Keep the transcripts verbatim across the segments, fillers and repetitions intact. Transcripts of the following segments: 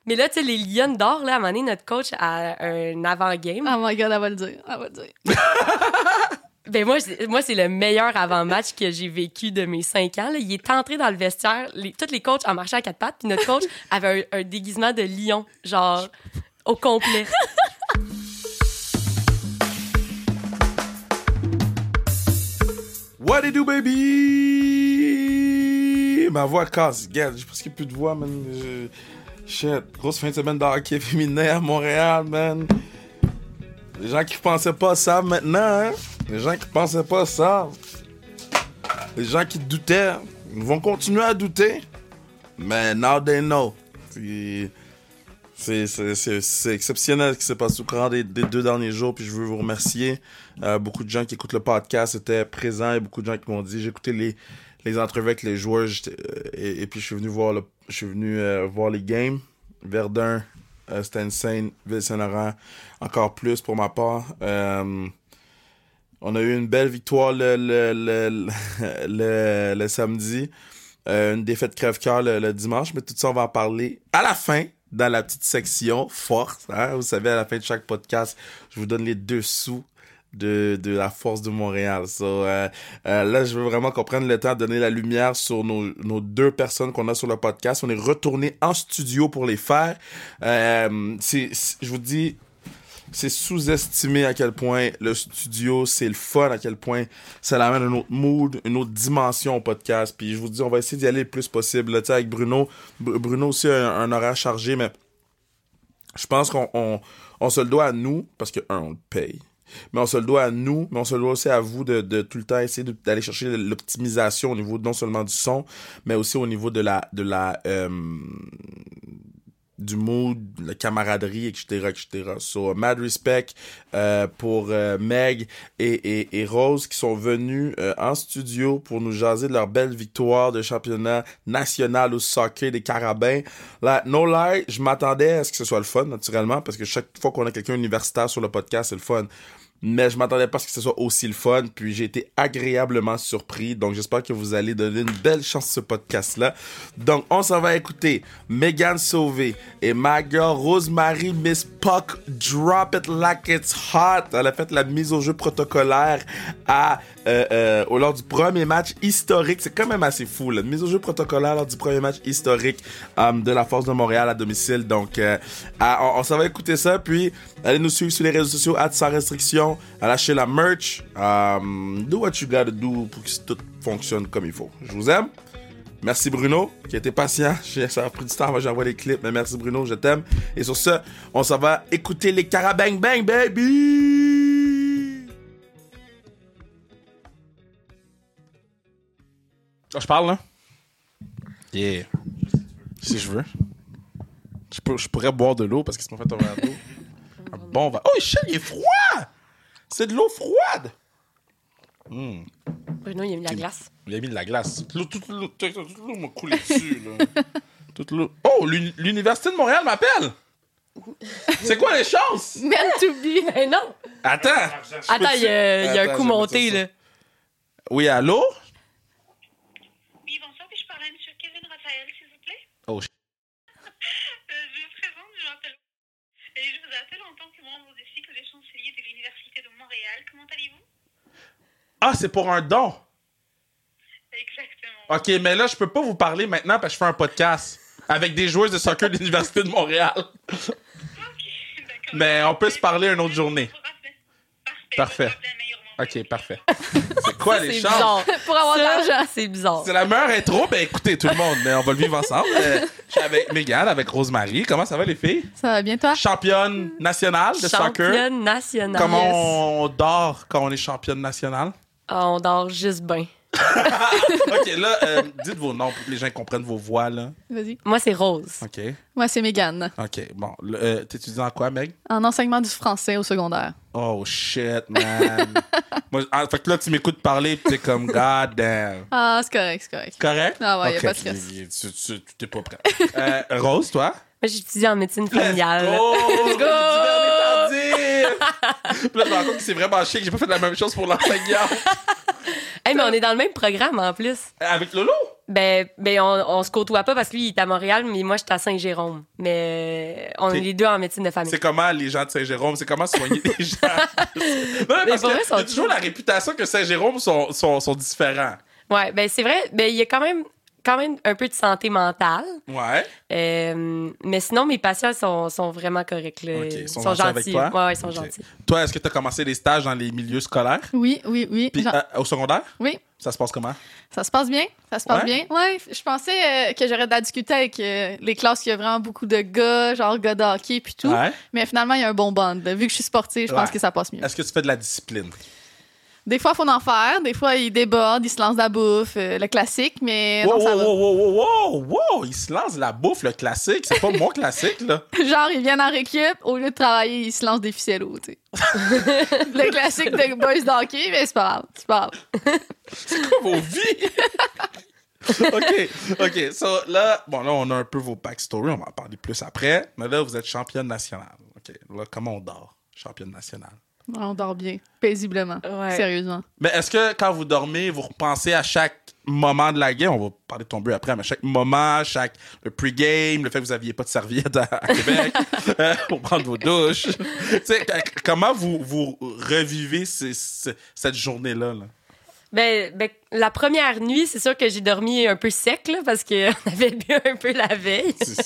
Mais là, tu sais, les Lions d'or, là, à un moment donné, notre coach a un avant-game. Oh my God, elle va le dire. Elle va le dire. Ben moi, c'est- moi, c'est le meilleur avant-match que j'ai vécu de mes cinq ans. Là. Il est entré dans le vestiaire. Les, tous les coachs ont marché à quatre pattes. Puis notre coach avait un, un déguisement de lion, genre, au complet. What it do, baby? Ma voix casse. Regarde, j'ai presque plus de voix, man. Je... Shit. Grosse fin de semaine de hockey féminin à Montréal, man. Les gens qui pensaient pas ça maintenant, hein? Les gens qui pensaient pas ça. Les gens qui doutaient vont continuer à douter. Mais now they know. Puis c'est, c'est, c'est, c'est exceptionnel ce qui s'est passé au courant des, des deux derniers jours. Puis je veux vous remercier. Euh, beaucoup de gens qui écoutent le podcast étaient présents et beaucoup de gens qui m'ont dit j'ai écouté les, les entrevues avec les joueurs euh, et, et puis je suis venu voir le, je suis venu euh, voir les games. Verdun, euh, c'était insane. Ville-Saint-Laurent, encore plus pour ma part. Euh, on a eu une belle victoire le, le, le, le, le samedi. Euh, une défaite crève-cœur le, le dimanche, mais tout ça, on va en parler à la fin, dans la petite section force. Hein? Vous savez, à la fin de chaque podcast, je vous donne les dessous de, de la force de Montréal. So, euh, euh, là, je veux vraiment qu'on prenne le temps de donner la lumière sur nos, nos deux personnes qu'on a sur le podcast. On est retourné en studio pour les faire. Euh, c'est, c'est, je vous dis, c'est sous-estimé à quel point le studio, c'est le fun, à quel point ça amène un autre mood, une autre dimension au podcast. Puis je vous dis, on va essayer d'y aller le plus possible. Là, tu sais, avec Bruno, Br- Bruno aussi a un, un horaire chargé, mais je pense qu'on on, on se le doit à nous, parce que, un, on le paye. Mais on se le doit à nous, mais on se le doit aussi à vous de, de tout le temps essayer de, d'aller chercher l'optimisation au niveau non seulement du son, mais aussi au niveau de la de la euh, du mood, la camaraderie, et cetera, et cetera. So, mad respect euh, pour euh, Meg et, et, et Rose qui sont venus euh, en studio pour nous jaser de leur belle victoire de championnat national au soccer des Carabins. Là, no lie, je m'attendais à ce que ce soit le fun, naturellement, parce que chaque fois qu'on a quelqu'un universitaire sur le podcast, c'est le fun. Mais je m'attendais pas à ce que ce soit aussi le fun, puis j'ai été agréablement surpris. Donc j'espère que vous allez donner une belle chance à ce podcast-là. Donc on s'en va écouter Mégane Sauvé et ma girl Rosemary Miss Puck Drop It Like It's Hot. Elle a fait la mise au jeu protocolaire à euh, euh, au lors du premier match historique. C'est quand même assez fou, là. Mise au jeu protocolaire lors du premier match historique um, de la Force de Montréal à domicile. Donc euh, à, on, on s'en va écouter ça, puis allez nous suivre sur les réseaux sociaux arobase sans restriction. À lâcher la merch. Um, do what you gotta do pour que tout fonctionne comme il faut. Je vous aime. Merci Bruno, qui a été patient. Ça a pris du temps avant que j'envoie les clips, mais merci Bruno, je t'aime. Et sur ce, on s'en va écouter les Carabang Bang, baby! Oh, je parle, là? Yeah. Si je veux. Je, peux, je pourrais boire de l'eau parce qu'ils se m'ont fait un verre d'eau. Un bon verre. Oh, shit, il est froid! C'est de l'eau froide! Mm. Bruno, il a mis de la glace. Il a mis de la glace. Toute l'eau, toute l'eau, toute l'eau m'a coulé dessus, là. Toute l'eau. Oh, l'uni- l'Université de Montréal m'appelle! C'est quoi les chances? Meant to be. Mais non! Attends! Attends, il y a, il y a un Attends, coup je vais monté, mettre ça. là. Oui, allô? Oui, bonsoir, puis je parle à M. Kevin Raphaël, s'il vous plaît. Oh, sh- Euh, je me présente, je m'appelle... Et je vous appelle en tant que membre du cycle des chanceliers de l'Université de Montréal. Comment allez-vous? Ah, c'est pour un don! Exactement. OK, mais là, je peux pas vous parler maintenant parce que je fais un podcast avec des joueuses de soccer de l'Université de Montréal. Ok, d'accord. Mais on peut se parler une autre journée. Parfait. Parfait. Je vais vous rappeler un meilleur moment. OK, parfait. C'est quoi les C'est chances? bizarre. Pour avoir de Ça, l'argent. c'est bizarre. C'est la meilleure intro. Ben écoutez, tout le monde, mais on va le vivre ensemble. Euh, je suis avec Mégane, avec Rosemary. Comment ça va, les filles? Ça va bien, toi? Championne nationale de soccer. Championne nationale. Comment on dort quand on est championne nationale? Ah, on dort juste bien. OK, là, euh, dites vos noms pour que les gens comprennent vos voix, là. Vas-y. Moi, c'est Rose. OK. Moi, c'est Mégane. OK, bon. Le- Euh, T'étudies en quoi, Meg? En enseignement du français au secondaire. Oh, shit, man. Moi, ah, fait que là, tu m'écoutes parler pis t'es comme, God damn. Ah, c'est correct, c'est correct. Correct? Ah ouais, y a Ok, pas de stress. Tu, tu, tu- tu t'es pas prêt. Euh, Rose, toi? Moi, j'étudie en médecine familiale. Let's go! Let's go! Puis là, je me rends compte que c'est vraiment chic que j'ai pas fait la même chose pour l'enseignant. Hey, mais on est dans le même programme, en plus. Avec Lolo? Ben, ben on, on se côtoie pas parce que lui, il est à Montréal, mais moi, j'étais à Saint-Jérôme. Mais on T'es- est les deux en médecine de famille. C'est comment les gens de Saint-Jérôme? C'est comment soigner les gens? Non, mais parce pour que vrai, ils sont il y a toujours toujours- la réputation que Saint-Jérôme sont, sont, sont différents. Ouais, ben c'est vrai. Ben, il y a quand même, quand même un peu de santé mentale. Ouais. Euh, mais sinon, mes patients sont, sont vraiment corrects. Là. Ok, ils sont sont gentils avec toi? Ouais, ouais, ils sont Ok. gentils. Toi, est-ce que tu as commencé des stages dans les milieux scolaires? Oui, oui, oui. Puis, Genre- euh, au secondaire? oui, Ça se passe comment? ça se passe bien. Ça se passe Ouais? bien. Ouais, je pensais euh, que j'aurais de la difficulté avec euh, les classes où il y a vraiment beaucoup de gars, genre gars de hockey puis tout. Ouais. Mais finalement, il y a un bon bond. Là. Vu que je suis sportive, je pense Ouais. que ça passe mieux. Est-ce que tu fais de la discipline? Des fois, il faut en faire. Des fois, ils débordent, ils se lancent de la bouffe, euh, le classique, mais Wow, non, ça wow, va. wow, wow, wow, wow, wow! Il se lance la bouffe, le classique. C'est pas mon classique, là. Genre, ils viennent en récup, au lieu de travailler, ils se lancent des ficellos, tu sais. Le classique de boys d'hockey, mais c'est pas grave, c'est pas grave. C'est quoi vos vies? OK, OK. So, là, bon, là, on a un peu vos backstory. On va en parler plus après. Mais là, vous êtes championne nationale. OK. Là, comment on dort? Championne nationale. On dort bien, paisiblement, Ouais. sérieusement. Mais est-ce que quand vous dormez, vous repensez à chaque moment de la game? On va parler de ton but après, mais chaque moment, chaque le pre-game, le fait que vous n'aviez pas de serviette à, à Québec euh, pour prendre vos douches. Tu sais, c- comment vous, vous revivez ces- ces- cette journée-là? Là? Ben, ben, la première nuit, c'est sûr que j'ai dormi un peu sec, là, parce qu'on avait bu un peu la veille. C'est-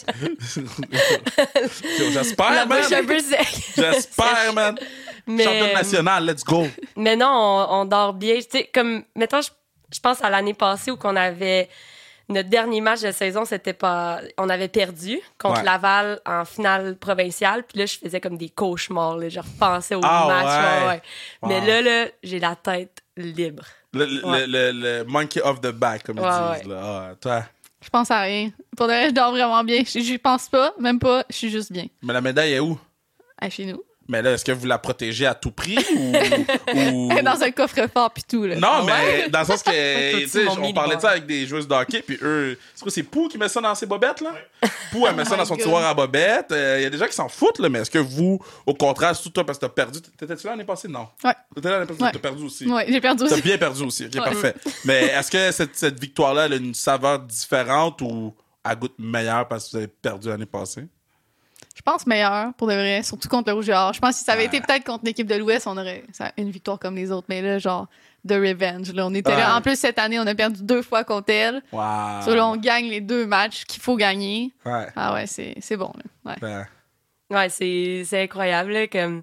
J'espère, La man! bouche un peu sec. J'espère, man! Mais, Championne nationale, let's go! mais non, on, on dort bien. Tu sais, comme, mettons, je, je pense à l'année passée où qu'on avait... Notre dernier match de saison, c'était pas... On avait perdu contre Ouais. Laval en finale provinciale. Puis là, je faisais comme des cauchemars. Là. Je repensais au Ah match. ouais. ouais, ouais. Wow. Mais là, là, j'ai la tête libre. Le, le, Ouais. le, le monkey off the back, comme ils Ouais, disent. Là. Ah, toi. Je pense à rien. Pour de vrai, je dors vraiment bien. J'y j'y pense pas, même pas, je suis juste bien. Mais la médaille est où? À chez nous. Mais là, est-ce que vous la protégez à tout prix ou... ou... Dans un coffre-fort pis tout, là. Non, Ah mais ouais? dans le sens que, Toi, tu sais, tu m'as on mis parlait le de ça avec des joueuses de hockey, puis eux, c'est quoi, c'est Pou qui met ça dans ses bobettes, là? Pou, elle met ça my dans son God. tiroir à bobettes. Il y a des gens qui s'en foutent, là, mais est-ce que vous, au contraire, surtout toi, parce que t'as perdu, t'étais-tu là l'année passée? Non. Ouais. T'étais là l'année passée? Ouais. T'as perdu aussi. Ouais, j'ai perdu T'as aussi. bien perdu aussi, ok, Ouais. parfait. Mais est-ce que cette, cette victoire-là, elle a une saveur différente ou elle goûte meilleure parce que vous avez perdu l'année passée? Je pense meilleur, pour de vrai, surtout contre le Rouge et Or. Je pense que si ça avait été peut-être contre l'équipe de l'Ouest, on aurait ça, une victoire comme les autres. Mais là, genre, de revenge. Là, on était Ouais. là. En plus, cette année, on a perdu deux fois contre elle. Wow. So, là, on gagne les deux matchs qu'il faut gagner. Ouais. Ah ouais, c'est c'est bon. Là. Ouais. Ben, Ouais, c'est, c'est incroyable. Là, comme...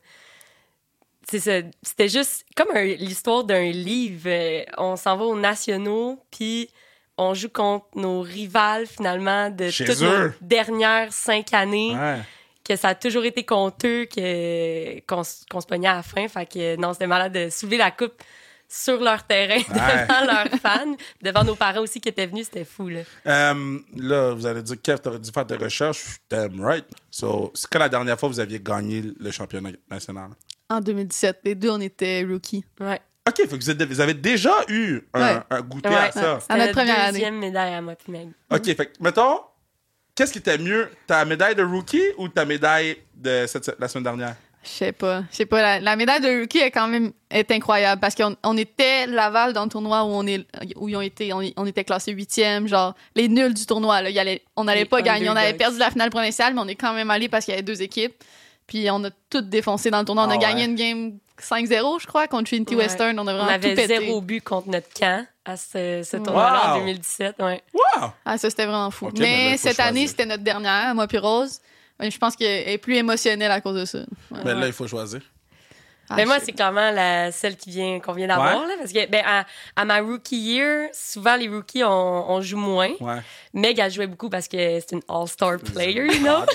c'est ça. C'était juste comme un- l'histoire d'un livre. Euh, on s'en va aux nationaux, puis on joue contre nos rivales, finalement, de Chez toutes eux. nos dernières cinq années. ouais. Que ça a toujours été contre eux que, qu'on, s- qu'on se pognait à la fin. Fait que non, c'était malade de soulever la coupe sur leur terrain, devant leurs fans, devant nos parents aussi qui étaient venus. C'était fou, là. Euh, là, vous allez dire, Kev, t'aurais dû faire tes recherches. Damn right. So, c'est quand la dernière fois que vous aviez gagné le championnat national? En deux mille dix-sept, les deux, on était rookies. Ouais. OK, fait que vous, êtes- vous avez déjà eu un, Ouais. un goûter Ouais. à ça. C'était À notre la première année. deuxième médaille à moi puis Meg. OK, fait que, mettons, qu'est-ce qui était mieux, ta médaille de rookie ou ta médaille de cette, la semaine dernière? Je sais pas. Je sais pas. La, la médaille de rookie est quand même est incroyable parce qu'on on était Laval dans le tournoi où on est où ils ont été on, on était classé huitième, genre les nuls du tournoi là. Il y allait- on n'allait Les pas gagner. On avait underdogs. perdu la finale provinciale, mais on est quand même allé parce qu'il y avait deux équipes. Puis on a tout défoncé dans le tournoi. On a Ah gagné ouais. une game cinq zéro, je crois, contre Trinity Ouais. Western. On a On vraiment avait tout pété. zéro but contre notre camp à ce, ce tournoi-là Wow. en deux mille dix-sept. Ouais. Wow! Ah, ça, c'était vraiment fou. Ok, mais là, mais il faut cette année, choisir. c'était notre dernière, moi puis Rose. Mais je pense qu'elle est plus émotionnelle à cause de ça. Ouais. Mais là, il faut choisir. Ah, Mais moi, je- c'est clairement la, celle qui vient, qu'on vient d'avoir. Ouais. Là, parce que ben, à, à ma rookie year, souvent les rookies, on, on joue moins. Ouais. Meg, elle jouait beaucoup parce que c'est une all-star player, you know?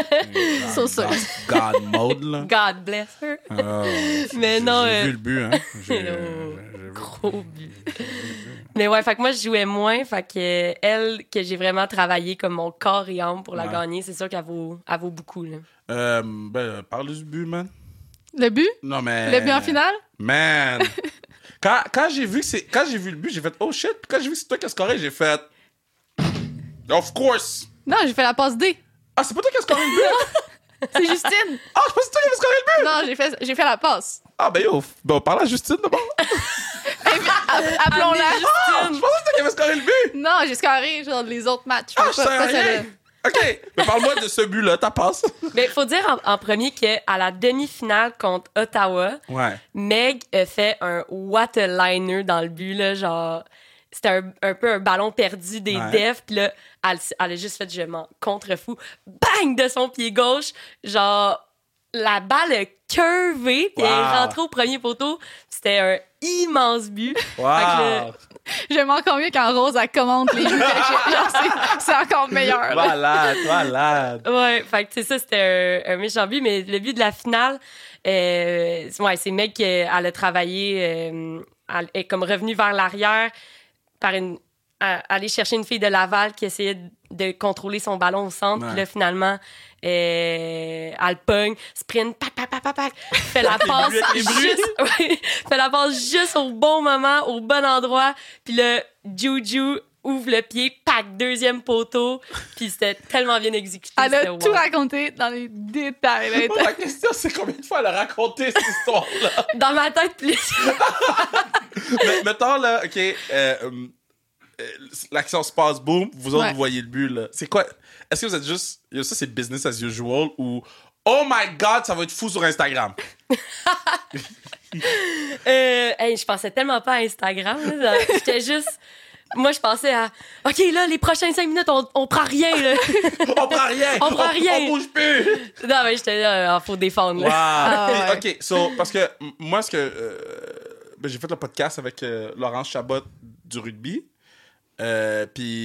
So so. God, God mode, là. God bless her. Oh, Mais j'ai- non, J'ai euh, vu le but, hein. J'ai- non. j'ai- j'ai vu. Gros but. Mais ouais, fait que moi, je jouais moins. Fait que euh, elle, que j'ai vraiment travaillé comme mon corps et âme pour la Ouais. gagner, c'est sûr qu'elle vaut, elle vaut beaucoup. Là. Euh, ben, parle du but, man. Le but? Non, mais... Le but en finale? Man! quand quand j'ai vu, que c'est- quand j'ai vu le but, j'ai fait « Oh shit! » Puis quand j'ai vu que c'est toi qui as scoré, j'ai fait « Of course! Non, j'ai fait la passe D. » Ah, c'est pas toi qui as scoré le but? C'est Justine. Ah, je pensais que c'est toi qui avais scoré le but! Non, j'ai fait, j'ai fait la passe. Ah, ben yo, ben, on parle à Justine d'abord. Elle, elle Appelons-la. Amenez Je Justine. pensais que t'avais scoré le but! Non, j'ai scoré genre les autres matchs. Ah, Pas- je sais pas celle-là. rien! OK, mais parle-moi de ce but-là, ta passe. Mais faut dire en, en premier qu'à la demi-finale contre Ottawa, Ouais. Meg a fait un what a liner dans le but, là, genre... C'était un, un peu un ballon perdu des Ouais. defs, puis là, elle, elle a juste fait « je m'en contre-fou ». Bang! De son pied gauche, genre... La balle a curvé, puis elle Wow. est rentrée au premier poteau. C'était un immense but. Wow! Fait que là, J'aime encore mieux quand Rose, elle commente les buts. Genre, c'est- c'est encore meilleur. là. Malade, malade. Ouais, fait que c'est ça, c'était un, un méchant but, mais le but de la finale, euh, ouais, c'est Meg qui euh, elle a travaillé, euh, elle est comme revenue vers l'arrière par une, à- aller chercher une fille de Laval qui essayait de contrôler son ballon au centre, Ouais. puis là finalement, euh, elle pogne, sprint, pac, pac, pac, pac, pac, fait la passe bruits, avec les bruits. juste, ouais, fait la passe juste au bon moment, au bon endroit, puis là, Juju ouvre le pied, pack, deuxième poteau, puis c'était tellement bien exécuté. Elle a c'était tout wow. raconté dans les détails. là. Elle était- La question, c'est combien de fois elle a raconté cette histoire-là? Dans ma tête, plus. Mais, mettons, là, OK, euh, euh, l'action se passe, boum, vous autres, Ouais. vous voyez le but, là. C'est quoi? Est-ce que vous êtes juste... Yo, ça, c'est business as usual ou... Oh my God, ça va être fou sur Instagram. Euh, hey, je pensais tellement pas à Instagram. là. J'étais juste... Moi, je pensais à... OK, là, les prochaines cinq minutes, on, on prend rien, là. On prend rien! On prend rien. On bouge plus! Non, mais j'étais là, il faut défendre, Wow! là. Ah, Puis, OK, so, parce que m- moi, ce que... euh, ben, j'ai fait le podcast avec euh, Laurence Chabot du rugby. Euh,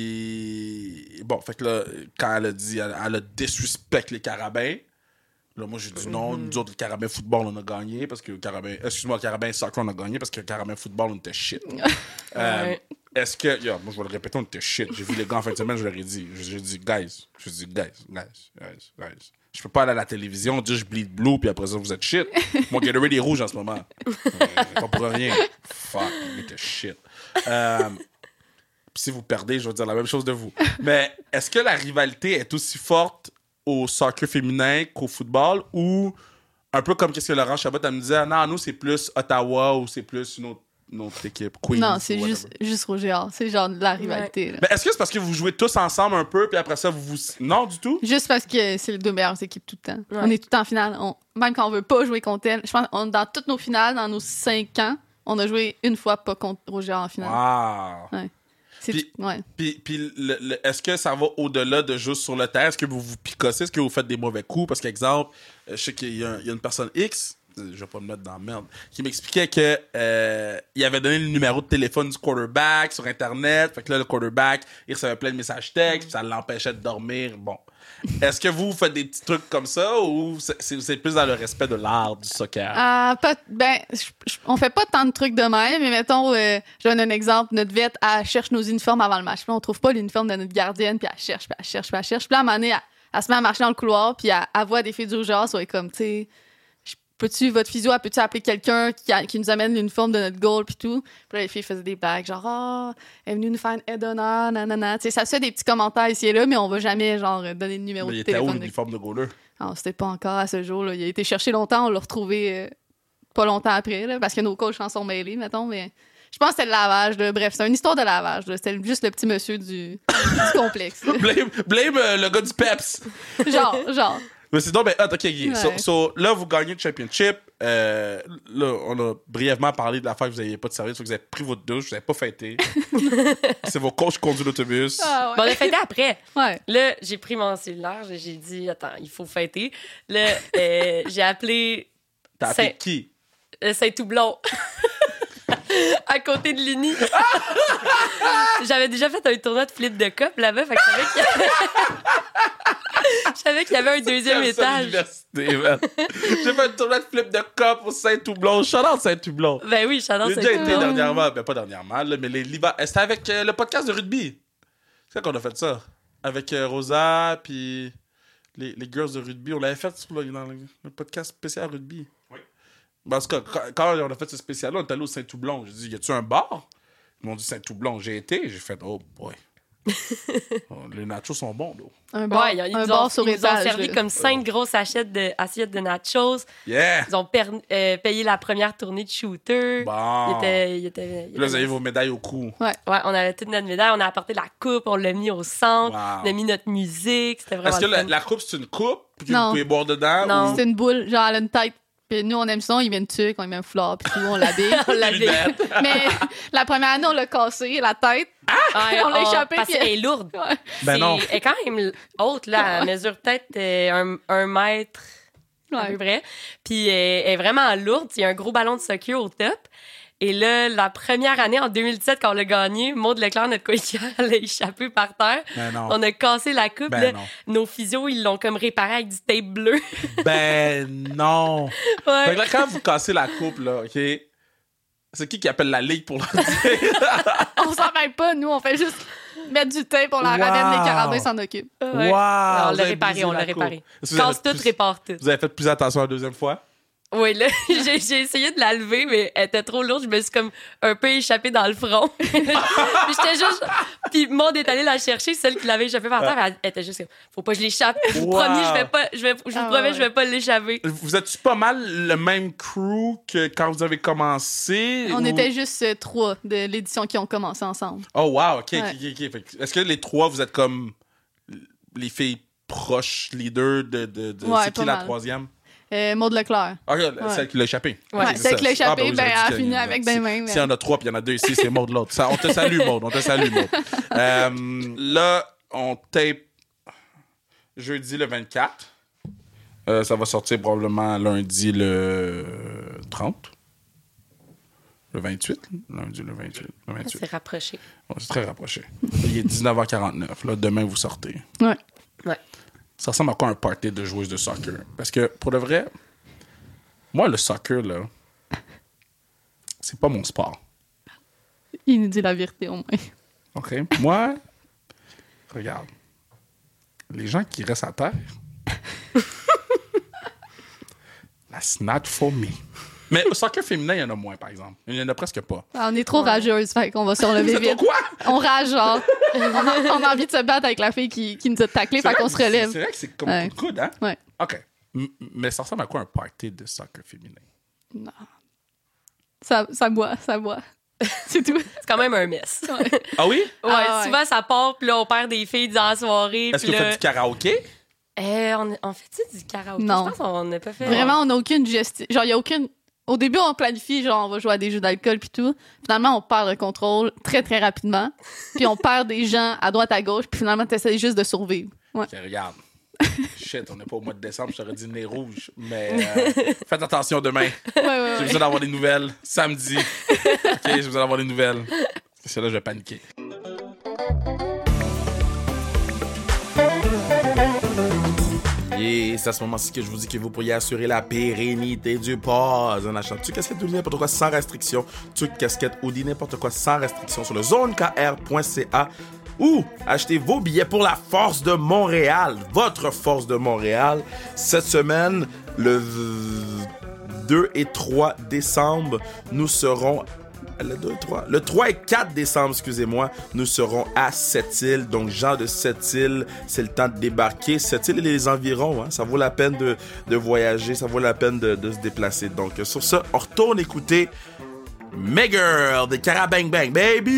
puis... Bon, fait que là, quand elle a dit... Elle, elle a disrespect les Carabins. Là, moi, j'ai dit non. Nous autres, le Carabin football, on a gagné parce que le Carabin... Excuse-moi, le Carabin soccer, on a gagné parce que le Carabin football, on était shit. Euh, Ouais. Est-ce que... Yo, moi, je vais le répéter, on était shit. J'ai vu les gars en fin de semaine, je leur ai dit. J'ai dit, guys. Je dis, guys, guys, guys, guys. Je peux pas aller à la télévision, dire je bleed blue, puis après ça, vous êtes shit. Mon Gatorade est rouge en ce moment. Euh, pas pour rien. Fuck, on était shit. Euh, puis si vous perdez, je vais dire la même chose de vous. Mais est-ce que la rivalité est aussi forte au soccer féminin qu'au football, ou un peu comme qu'est-ce que Laurent Chabot elle me disait, non, nous, c'est plus Ottawa ou c'est plus une autre, une autre équipe, Queens. Non, c'est ou juste, whatever. juste Roger Hart. C'est genre de la rivalité. là. Mais est-ce que c'est parce que vous jouez tous ensemble un peu, puis après ça, vous vous... Non, du tout? Juste parce que c'est les deux meilleures équipes tout le temps. Ouais. On est tout le temps en finale. On- même quand on veut pas jouer contre elle. Je pense on, dans toutes nos finales, dans nos cinq ans, on a joué une fois pas contre Roger Hart en finale. Wow! C'est Puis- tout- ouais. Puis, puis le- le- est-ce que ça va au-delà de juste sur le terrain? Est-ce que vous vous picossez? Est-ce que vous faites des mauvais coups? Parce qu'exemple, euh, je sais qu'il y a, un- il y a une personne X, euh, je vais pas me mettre dans la merde, qui m'expliquait que euh, il avait donné le numéro de téléphone du quarterback sur Internet. Fait que là, le quarterback, il recevait plein de messages textes, puis ça l'empêchait de dormir. Bon. Est-ce que vous faites des petits trucs comme ça ou c'est, c'est, c'est plus dans le respect de l'art du soccer? Ah, pas, ben, je- je- on fait pas tant de trucs de même, mais mettons, euh, je donne un exemple. Notre vette, elle cherche nos uniformes avant le match. Puis là, on trouve pas l'uniforme de notre gardienne, puis elle cherche, puis elle cherche, puis elle cherche. Puis là, à un moment donné, elle, elle se met à marcher dans le couloir, puis elle, elle voit des filles d'urgence, ou elle est comme, tu sais, je- peux-tu, votre physio, elle peut-tu appeler quelqu'un qui, a- qui nous amène l'uniforme de notre goal, puis tout. Puis là, les filles faisaient des blagues, genre, ah, elle est venue nous faire une aide d'honneur, nanana. Tu sais, ça se fait des petits commentaires ici et là, mais on va jamais, genre, donner le numéro Mais il de était où téléphone. de- l'uniforme de goaler? Ah, c'était pas encore à ce jour. Là. Il a été cherché longtemps. On l'a retrouvé euh, pas longtemps après, là, parce que nos coachs en sont mêlés, mettons. Mais je pense que c'était le lavage. Là. Bref, c'est une histoire de lavage. là. C'était juste le petit monsieur du, du complexe. là. Blame, blame euh, le gars du Peps! genre, genre. Mais c'est donc, ben, hot, ok, ok. Ouais. So, so, là, vous gagnez le championship. Euh, là, on a brièvement parlé de la fois que vous n'aviez pas de service, que vous avez pris votre douche, vous n'avez pas fêté. C'est vos coachs qui conduisent l'autobus. Ah, Bon, on ouais. a fêté après. ouais. Là, j'ai pris mon cellulaire, j'ai j'ai dit, attends, il faut fêter. Là, euh, j'ai appelé T'as appelé Saint- qui? euh, Saint-Toublon. À côté de l'Uni. J'avais déjà fait un tournoi de flip de cop là-bas, fait que je savais qu'il y avait... Je savais qu'il y avait un deuxième C'est ça, étage. l'université, man. J'ai fait un tournoi de flip de cop au Saint-Toublon. Shout-out Saint-Toublon. Ben oui, j'adore J'ai déjà été Saint-Toublon. dernièrement, ben pas dernièrement, là, mais les l'hiver. C'était avec euh, le podcast de rugby. C'est quand qu'on a fait ça? Avec euh, Rosa, puis les, les girls de rugby. On l'avait fait sur le, dans le, le podcast spécial rugby. Oui. Ben, en tout cas, quand, quand on a fait ce spécial-là, on est allé au Saint-Toublon. J'ai dit, y a-tu un bar? Ils m'ont dit Saint-Toublon. J'ai été, j'ai fait, oh boy. Oh, les nachos sont bons, là. Un bar, Ouais, ils, un nous bar ont, sur ils nous ont étage. servi là. comme cinq grosses assiettes de, assiettes de nachos. Yeah! Ils ont per- euh, payé la première tournée de shooter. Bon. Il était, il était, il Puis était là, vous avez nice. vos médailles au cou. Ouais. Ouais, on avait toute notre médaille, on a apporté la coupe, on l'a mis au centre, Wow. on a mis notre musique, c'était vraiment Est-ce que le la, fun. la coupe, c'est une coupe? Puis que Non. vous pouvez boire dedans? Non. Ou... C'est une boule, genre, elle a une tête. Puis nous, on aime ça, il met une tuque, on met un foulard, puis tout, on l'habille. On Des l'avait. lunettes. Mais la première année, on l'a cassé, la tête. Ouais, On l'a échappé, Parce puis- qu'elle est lourde. Ouais. Ben C'est- non. Elle est quand même haute, là. Elle mesure peut-être euh, un, un mètre à peu Ouais. près. Puis elle, elle est vraiment lourde. Il y a un gros ballon de soccer au top. Et là, la première année, en deux mille dix-sept, quand on l'a gagné, Maud Leclerc, notre coéquipière, elle a échappé par terre. Ben non. On a cassé la coupe. Ben là. non. Nos physios, ils l'ont comme réparé avec du tape bleu. Ben non. Fait Ouais. que là, quand vous cassez la coupe, là, OK? C'est qui qui appelle la ligue pour le dire? On s'en mêle pas, nous, on fait juste mettre du tape, on la Wow. ramène, les carabins s'en occupent. Ouais. Wow! Alors, on Vous l'a avez réparé, brisé on la l'a coupe. réparé. Est-ce que vous avez Casse fait tout, plus- répare tout. Vous avez fait plus attention la deuxième fois? Oui, là, j'ai, j'ai essayé de la lever, mais elle était trop lourde. Je me suis comme un peu échappée dans le front. Puis j'étais juste... Puis Maud est allée la chercher, celle qui l'avait échappée par terre. Elle était juste comme, faut pas que je l'échappe. Je vous Wow. promets, je vais pas... Je, vais, je vous Ah, promets, ouais. je vais pas l'échapper. Vous êtes pas mal le même crew que quand vous avez commencé? On ou- était juste euh, trois de l'édition qui ont commencé ensemble. Oh, wow, OK, Ouais. OK, OK. Fait que est-ce que les trois, vous êtes comme les filles proches, leaders de... de, de- Ouais, c'est qui pas la mal. troisième? Euh, Maud Leclerc. OK, celle qui l'a échappé. Ouais, Ok, Ouais, c'est celle ça. qui l'a échappé, Ah, oui, ben, j'avais dit elle a qu'il y fini en avec si- des mains, S'il y en a trois, puis il y en a deux ici, c'est Maud l'autre. Ça, on te salue, Maud. On te salue, Maud. Euh, là, on tape jeudi le vingt-quatre. Euh, ça va sortir probablement lundi le trente. Le vingt-huit. Lundi le vingt-huit. Le vingt-huit. C'est rapproché. Ouais, c'est très rapproché. Il est dix-neuf heures quarante-neuf. Là, demain, vous sortez. Ouais. Ouais. Ça ressemble à quoi un party de joueuses de soccer? Parce que, pour de vrai, moi, le soccer, là, c'est pas mon sport. Il nous dit la vérité au moins. OK? Moi, regarde. Les gens qui restent à terre, that's not for me. Mais au soccer féminin, il y en a moins, par exemple. Il y en a presque pas. Ah, on est trop rageuses, fait qu'on va se relever Vous êtes vite. au quoi? On rage, genre. on, a, on a envie de se battre avec la fille qui, qui nous a taclé, C'est fait vrai qu'on que se c'est- relève. C'est vrai que c'est comme Ouais. coup de coude, hein? Ouais. OK. M- mais ça ressemble à quoi un party de soccer féminin? Non. Ça, ça boit, ça boit. C'est tout. C'est quand même un mess. Ouais, Ah oui? Ah ouais. souvent, ça part, puis là, on perd des filles dans la soirée. Est-ce puis que vous là... faites du karaoké? Euh, on, on fait-tu du karaoké? Non. Je pense qu'on n'a pas fait... Vraiment, on n'a aucune gestion. Genre, il y a aucune. Au début, on planifie, genre, on va jouer à des jeux d'alcool puis tout. Finalement, on perd le contrôle très, très rapidement. Puis on perd des gens à droite, à gauche. Puis finalement, t'essaies juste de survivre. Ouais. OK, regarde. Shit, on n'est pas au mois de décembre, je t'aurais dit nez rouge. Mais euh, faites attention demain. Ouais, ouais, J'ai ouais. besoin d'avoir des nouvelles. Samedi. OK, j'ai besoin d'avoir des nouvelles. Parce que là, je vais paniquer. Et c'est à ce moment-ci que je vous dis que vous pourriez assurer la pérennité du pause en achetant tu casquette ou n'importe quoi sans restriction. Tu casquette ou n'importe quoi sans restriction sur le zone k r point c a ou achetez vos billets pour la Force de Montréal, votre Force de Montréal. Cette semaine, le deux et trois décembre, nous serons... Le deux et trois. Le trois et quatre décembre, excusez-moi, nous serons à Sept-Îles. Donc, gens de Sept-Îles, c'est le temps de débarquer. Sept-Îles et les environs, hein, ça vaut la peine de, de voyager, ça vaut la peine de, de se déplacer. Donc, sur ça, on retourne écouter Mes Girls de Cara Bang Bang,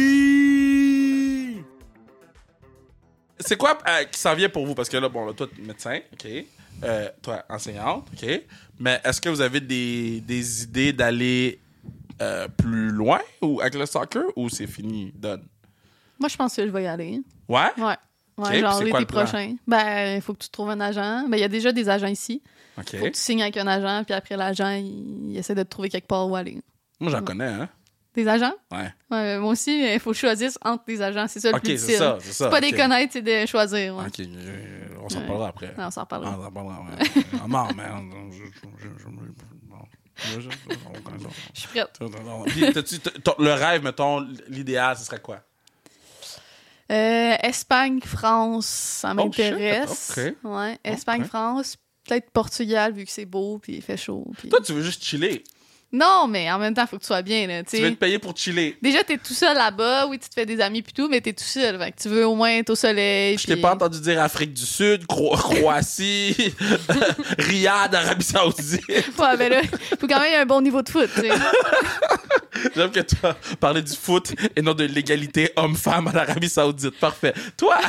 baby! C'est quoi euh, qui s'en vient pour vous? Parce que là, bon, là, toi, médecin, OK. Euh, toi, enseignante, OK. Mais est-ce que vous avez des, des idées d'aller euh, plus loin ou avec le soccer ou c'est fini, done? Moi, je pense que je vais y aller. Ouais? Ouais. Ok, Ouais, genre puis c'est quoi l'été le plan? prochain. Ben, il faut que tu trouves un agent. Ben, il y a déjà des agents ici. OK. Faut que tu signes avec un agent, puis après, l'agent, il, il essaie de te trouver quelque part où aller. Moi, j'en connais, hein? Des agents? Ouais. Ouais, moi aussi, il faut choisir entre des agents. C'est ça le OK, plus c'est difficile. ça, c'est ça. C'est pas OK. des connaître, c'est de choisir. Ouais. OK, euh, on s'en Ouais. parlera après. Non, on s'en Ah, reparlera. on s'en parlera, ouais. Ah, non, mais... Je, je, je, je, bon. Je- je- on connaît ça. Je suis prête. Puis, t'as-tu- t'as- ton- le rêve, mettons, l'idéal, ce serait quoi? Euh, Espagne, France, ça Oh, shit, m'intéresse. ok. Ouais, Espagne, Ok. France, peut-être Portugal, vu que c'est beau, puis il fait chaud. Puis... Toi, tu veux juste chiller. Non, mais en même temps, faut que tu sois bien, là, tu Tu veux sais. te payer pour chiller. Déjà, t'es tout seul là-bas. Oui, tu te fais des amis pis tout, mais t'es tout seul. Fait que tu veux au moins être au soleil. Je t'ai puis- pas entendu dire Afrique du Sud, Cro- Croatie, Riyad, Arabie Saoudite. Ouais, ben là, faut quand même y ait un bon niveau de foot, tu sais. J'aime que tu as parlé du foot et non de l'égalité homme-femme en Arabie Saoudite. Parfait. Toi,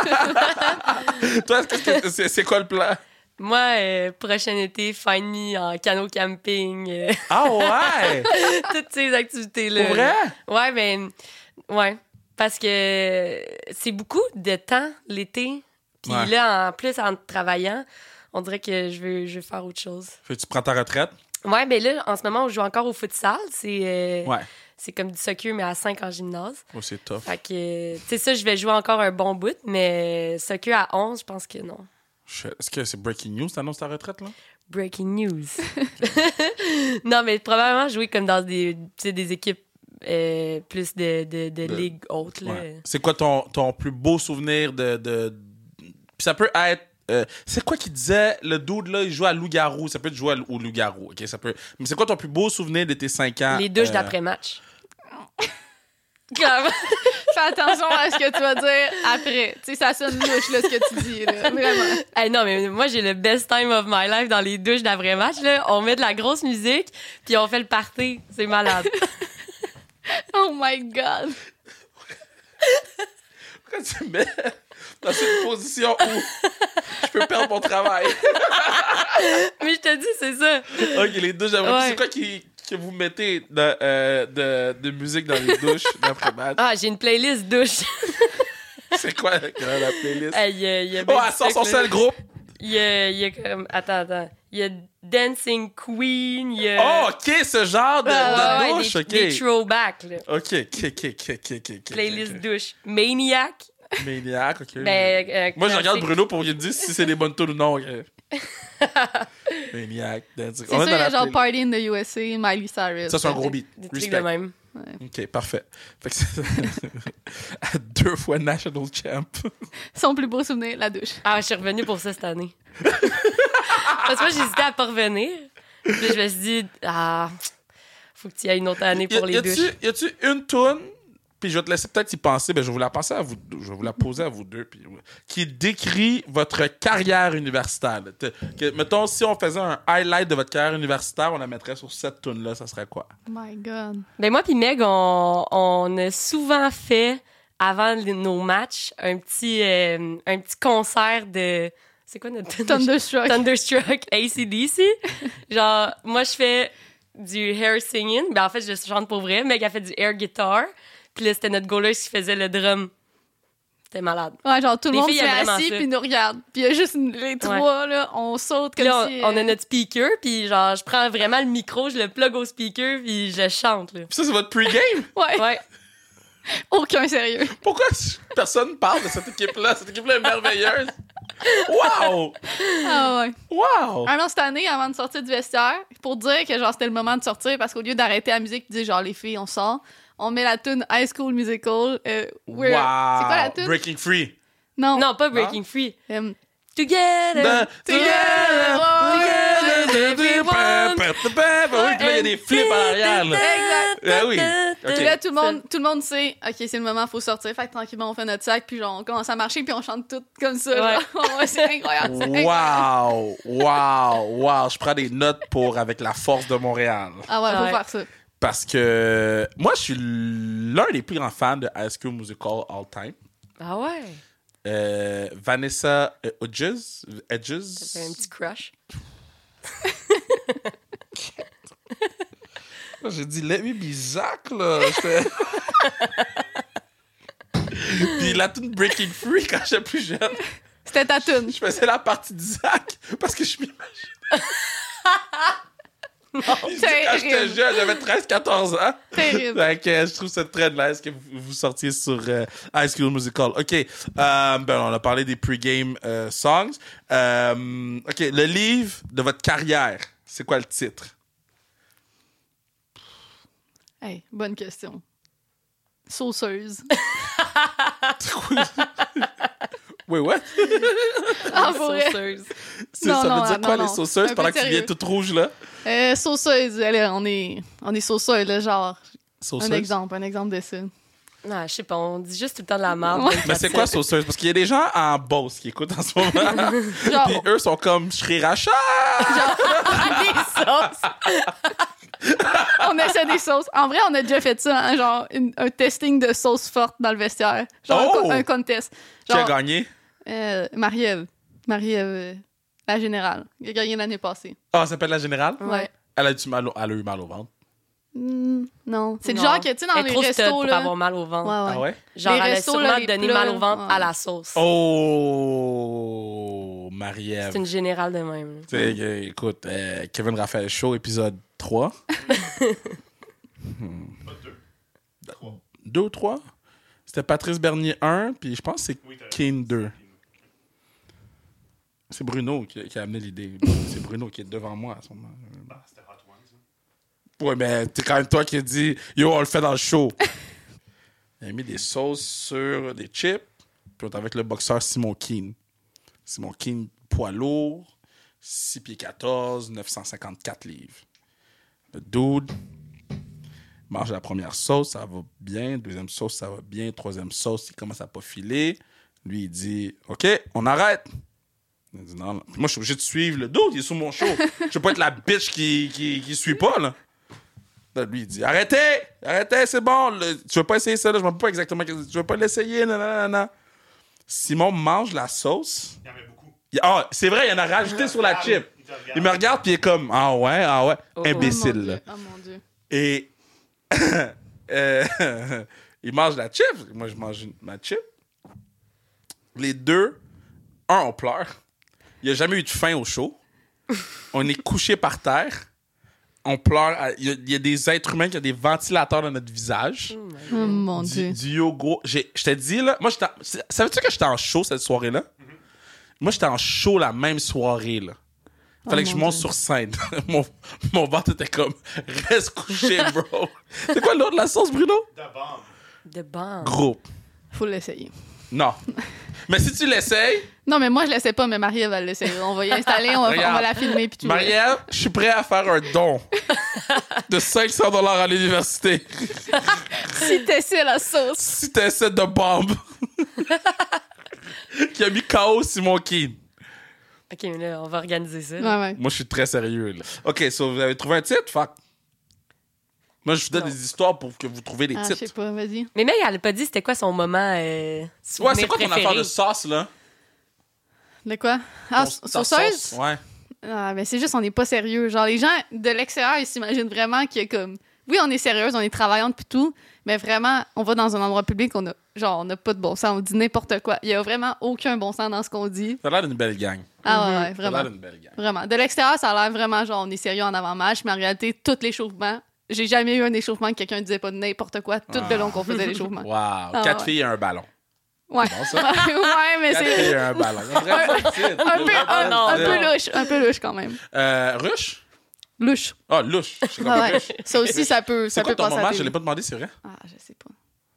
toi, qu'est-ce que- c'est, c'est quoi le plan? Moi, euh, prochain été, find me en canot camping. euh, Ah ouais! toutes ces activités-là. Pour vrai? Ouais, ben, ouais. Parce que c'est beaucoup de temps l'été. Puis Ouais. là, en plus, en travaillant, on dirait que je veux, je veux faire autre chose. Fait que tu prends ta retraite? Ouais, ben là, en ce moment, on joue encore au futsal. C'est euh, Ouais. c'est comme du soccer, mais à cinq en gymnase. Oh, c'est tough. Fait que, tu sais, ça, je vais jouer encore un bon bout, mais soccer à onze, je pense que non. Shit. Est-ce que c'est breaking news, t'annonces ta retraite, là? Breaking news. Non, mais probablement jouer comme dans des, tu sais, des équipes euh, plus de, de, de, De- ligues hautes. Là. Ouais. C'est quoi ton, ton plus beau souvenir de... de... Puis ça peut être... euh, c'est quoi qui disait, le dude, là, il joue à Loup-Garou. Ça peut être jouer à- au Loup-Garou, OK? Ça peut... Mais c'est quoi ton plus beau souvenir de tes cinq ans? Les douches euh, d'après-match. Grave. Fais attention à ce que tu vas dire après. Tu sais, ça sonne louche, là, ce que tu dis, là. Vraiment. Hey, non, mais moi, j'ai le best time of my life dans les douches d'après-match. Là. On met de la grosse musique, puis on fait le party. C'est malade. Oh my God. Pourquoi tu me mets dans cette position où je peux perdre mon travail? Mais je te dis, c'est ça. OK, les douches d'après. Ouais. C'est quoi qui, que vous mettez de, euh, de, de musique dans les douches d'après-match? Ah, j'ai une playlist douche. C'est quoi la, la playlist? Hey, il y a, il y a Oh, ben elle du sort son truc, là. seul groupe! Il y a, il y a comme... Attends, attends. Il y a Dancing Queen, il y a... Oh, OK, ce genre de, Ouais, de ouais, ouais, douche, des, OK. des throwbacks, là. OK, OK, OK, OK, OK, OK, OK. Playlist OK. douche. Maniac. Maniac, OK. Ben, euh, Moi, je regarde classique. Bruno pour qu'il me dise si c'est des bonnes tunes ou non. OK. Maniac, dancing. C'est On sûr, est il y dans a la genre playlist. Party in the U S A, Miley Cyrus. Ça, c'est un gros beat. Des trucs Respect. de même. OK, parfait. Fait que c'est à deux fois national champ. Son plus beau souvenir, la douche. Ah, je suis revenue pour ça cette année. Parce que moi, j'hésitais à pas revenir. Puis là, je me suis dit, ah, faut que tu y ailles une autre année pour Y les a- douches. y a-tu une tune, puis je vais te laisser peut-être y penser, ben je vais vous la passer à vous, je vais vous la poser à vous deux, puis qui décrit votre carrière universitaire. là. Te- que- mettons, si on faisait un highlight de votre carrière universitaire, on la mettrait sur cette tune-là, ça serait quoi? Oh my God. Ben moi puis Meg, on, on a souvent fait, avant les- nos matchs, un petit, euh, un petit concert de... C'est quoi notre... Thunderstruck. Thunderstruck A C D C. Genre, moi, je fais du hair singing. Ben, en fait, je chante pour vrai. Meg a fait du air guitar. Puis là, c'était notre goaler qui faisait le drum. C'était malade. Ouais, genre tout le Les monde filles s'est aiment vraiment assis ça. puis nous regarde. Puis il y a juste une- les trois, là, on saute Puis comme là, si... on, on euh, a notre speaker. Puis genre, je prends vraiment le micro, je le plug au speaker, puis je chante, là. Puis ça, c'est votre pre-game? Ouais, Ouais. aucun sérieux. Pourquoi personne parle de cette équipe-là? Cette équipe-là est merveilleuse. Wow! Ah ouais. Wow! Alors, cette année, avant de sortir du vestiaire, pour dire que genre c'était le moment de sortir, parce qu'au lieu d'arrêter la musique et dire genre les filles, on sort, on met la tune High School Musical. Euh, we're- Wow! C'est quoi la tune? Breaking Free. Non. Non, pas Breaking Free. Euh, Together. The- Together, together, everyone. Oui, puis là, il y a des flips en arrière, là. Exact. Ah oui. Puis OK. là, tout le monde, tout le monde sait, OK, c'est le moment, faut sortir. Fait que tranquillement, on fait notre sac, puis genre, on commence à marcher, puis on chante tout comme ça. Ouais. genre. Ouais, c'est incroyable. c'est incroyable. Wow! Wow! Wow! Je prends des notes pour avec la force de Montréal. Ah ouais, faut Ouais. faire ça. Parce que moi, je suis l'un des plus grands fans de High School Musical all time. Ah ouais. Euh, Vanessa euh, Hudgens. Edges. C'est un petit crush. J'ai dit Let me be Zach, là. J'étais- Puis la tune Breaking Free, quand j'étais plus jeune, C'était ta tune. je faisais la partie de Zach parce que je m'imaginais. Puis quand j'étais Terrible. jeune, j'avais treize quatorze ans. Terrible. Fait que euh, je trouve ça très nice que vous, vous sortiez sur euh, High School Musical. OK. Euh, ben, on a parlé des pre-game euh, songs. Euh, OK. Le livre de votre carrière, c'est quoi le titre? Hey, bonne question. Sauceuse. Oui, ouais. Ah, pour vrai. Sauceuse. C'est- Non, ça non, veut dire non, quoi, non. les sauceuses, Un peu pendant que tu sérieux. viens toute rouge, là? Euh, sauceuse, elle, on est, on est sauceuse, là, genre. Sauceuse? Un exemple, un exemple de ça. Non, je sais pas, on dit juste tout le temps de la merde. Ouais. Mais c'est quoi sauceuse? Parce qu'il y a des gens en Beauce qui écoutent en ce moment. Genre, Puis eux sont comme Sriracha! Des sauces! on essaie des sauces. En vrai, on a déjà fait ça, hein, genre une- un testing de sauces fortes dans le vestiaire. Genre un Oh! co- un, contest. Qui a Genre, gagné? euh, Marie-Ève. Marie-Ève, euh, la générale. Elle a gagné l'année passée. Ah, elle s'appelle la générale? Ouais. Elle a, eu mal au, elle a eu mal au ventre. Hmm, non. C'est le Non. genre que, tu sais, dans Elle est les trop stud restos, pour là. avoir mal au ventre. Ouais, ouais. Ah ouais? Genre, Les elle a restos, sûrement là, les donné plats, mal au ventre ouais. à la sauce. Oh! Marie-Ève. C'est une générale de même. Tu sais, euh, écoute, euh, Kevin Raphaël Show, épisode trois. Hmm. Deux ou trois? C'était Patrice Bernier un, puis je pense que c'est Kane deux. C'est Bruno qui, qui a amené l'idée. C'est Bruno qui est devant moi à ce moment. Ah, c'était Hot Ones. hein. Ouais, mais c'est quand même toi qui as dit yo, on le fait dans le show. Il a mis des sauces sur des chips, puis on est avec le boxeur Simon Keane. Simon Keane, poids lourd, six pieds quatorze, neuf cent cinquante-quatre livres. Le dude mange la première sauce, ça va bien. Deuxième sauce, ça va bien. Troisième sauce, il commence à pas filer. Lui, il dit OK, on arrête. Il dit non, non. Puis moi, je suis obligé de suivre le dude, il est sur mon show. Je peux pas être la bitch qui, qui, qui suit pas, là. Là, lui, il dit arrêtez, arrêtez, c'est bon. Le- tu veux pas essayer ça, là? Je ne sais pas exactement. Tu veux pas l'essayer, non, non, non, non. Simon mange la sauce. Il y en avait beaucoup. Il- Ah, c'est vrai, il en a rajouté sur la chip. Il te regarde. Il me regarde, puis il est comme ah ouais, ah ouais, Oh. imbécile. Oh mon là. Dieu. Oh mon Dieu. Et euh, il mange la chip. Moi, je mange une- ma chip. Les deux, un, on pleure. Il n'y a jamais eu de faim au show. On est couché par terre. On pleure. à- Il y, a- il y a des êtres humains qui ont des ventilateurs dans notre visage. Oh mon Du, Dieu. du yoga. J'ai- Je t'ai dit, là, moi, j'étais. en- c'est- Savais-tu que j'étais en show cette soirée-là? Moi, j'étais en show la même soirée, là. Fallait Oh que je mon monte Dieu. sur scène. mon, mon ventre était comme, reste couché, bro. C'est quoi l'autre de la sauce, Bruno? De bombe. De bon. Groupe. Faut l'essayer. Non. Mais si tu l'essayes, Non, mais moi, je l'essaie pas, mais Marie, elle va l'essayer. On va y installer, on va, on Regarde. va la filmer, puis tu verras. Marie-Ève, je suis prêt à faire un don de cinq cents dollars à l'université Si t'essaies la sauce. si t'essaies de bombe qui a mis K O Simon Keane. OK, mais là, on va organiser ça. Ouais, ouais. Moi, je suis très sérieux, là. OK, so, vous avez trouvé un titre? Fuck. Moi, je vous donne Non. des histoires pour que vous trouviez les Ah, je titres. sais pas, vas-y. Mais Meg, elle a pas dit c'était quoi son moment euh, Ouais, souvenir c'est quoi ton préféré. affaire de sauce, là? De quoi? Ah, Ton- ta sauceuse? sauce? Ouais. Ah, ben c'est juste, on n'est pas sérieux. Genre, les gens de l'extérieur, ils s'imaginent vraiment que, comme, oui, on est sérieuse, on est travaillante pis tout, mais vraiment, on va dans un endroit public, on a, genre, on n'a pas de bon sens, on dit n'importe quoi. Il y a vraiment aucun bon sens dans ce qu'on dit. Ça a l'air d'une belle gang. Ah, ouais, Mhm. ouais, Ça a vraiment. l'air d'une belle gang. Vraiment. De l'extérieur, ça a l'air vraiment, genre, on est sérieux en avant-match, mais en réalité, tout l'échauffement, j'ai jamais eu un échauffement que quelqu'un disait pas n'importe quoi tout le long qu'on faisait l'échauffement. Wow. Ah, Quatre ouais. filles et un ballon. Ouais. Bon, ça. ouais, mais Quatre c'est filles et un ballon. Un vrai bon titre. un peu, un, non, un non. peu louche, un peu louche quand même. Euh, ruche? Louche. Ah, louche. Je sais Ah comme ouais. ruche. Ça aussi, ça peut, C'est ça quoi peut ton passer à moment? la Je télé. l'ai pas demandé, c'est vrai? Ah, je sais pas.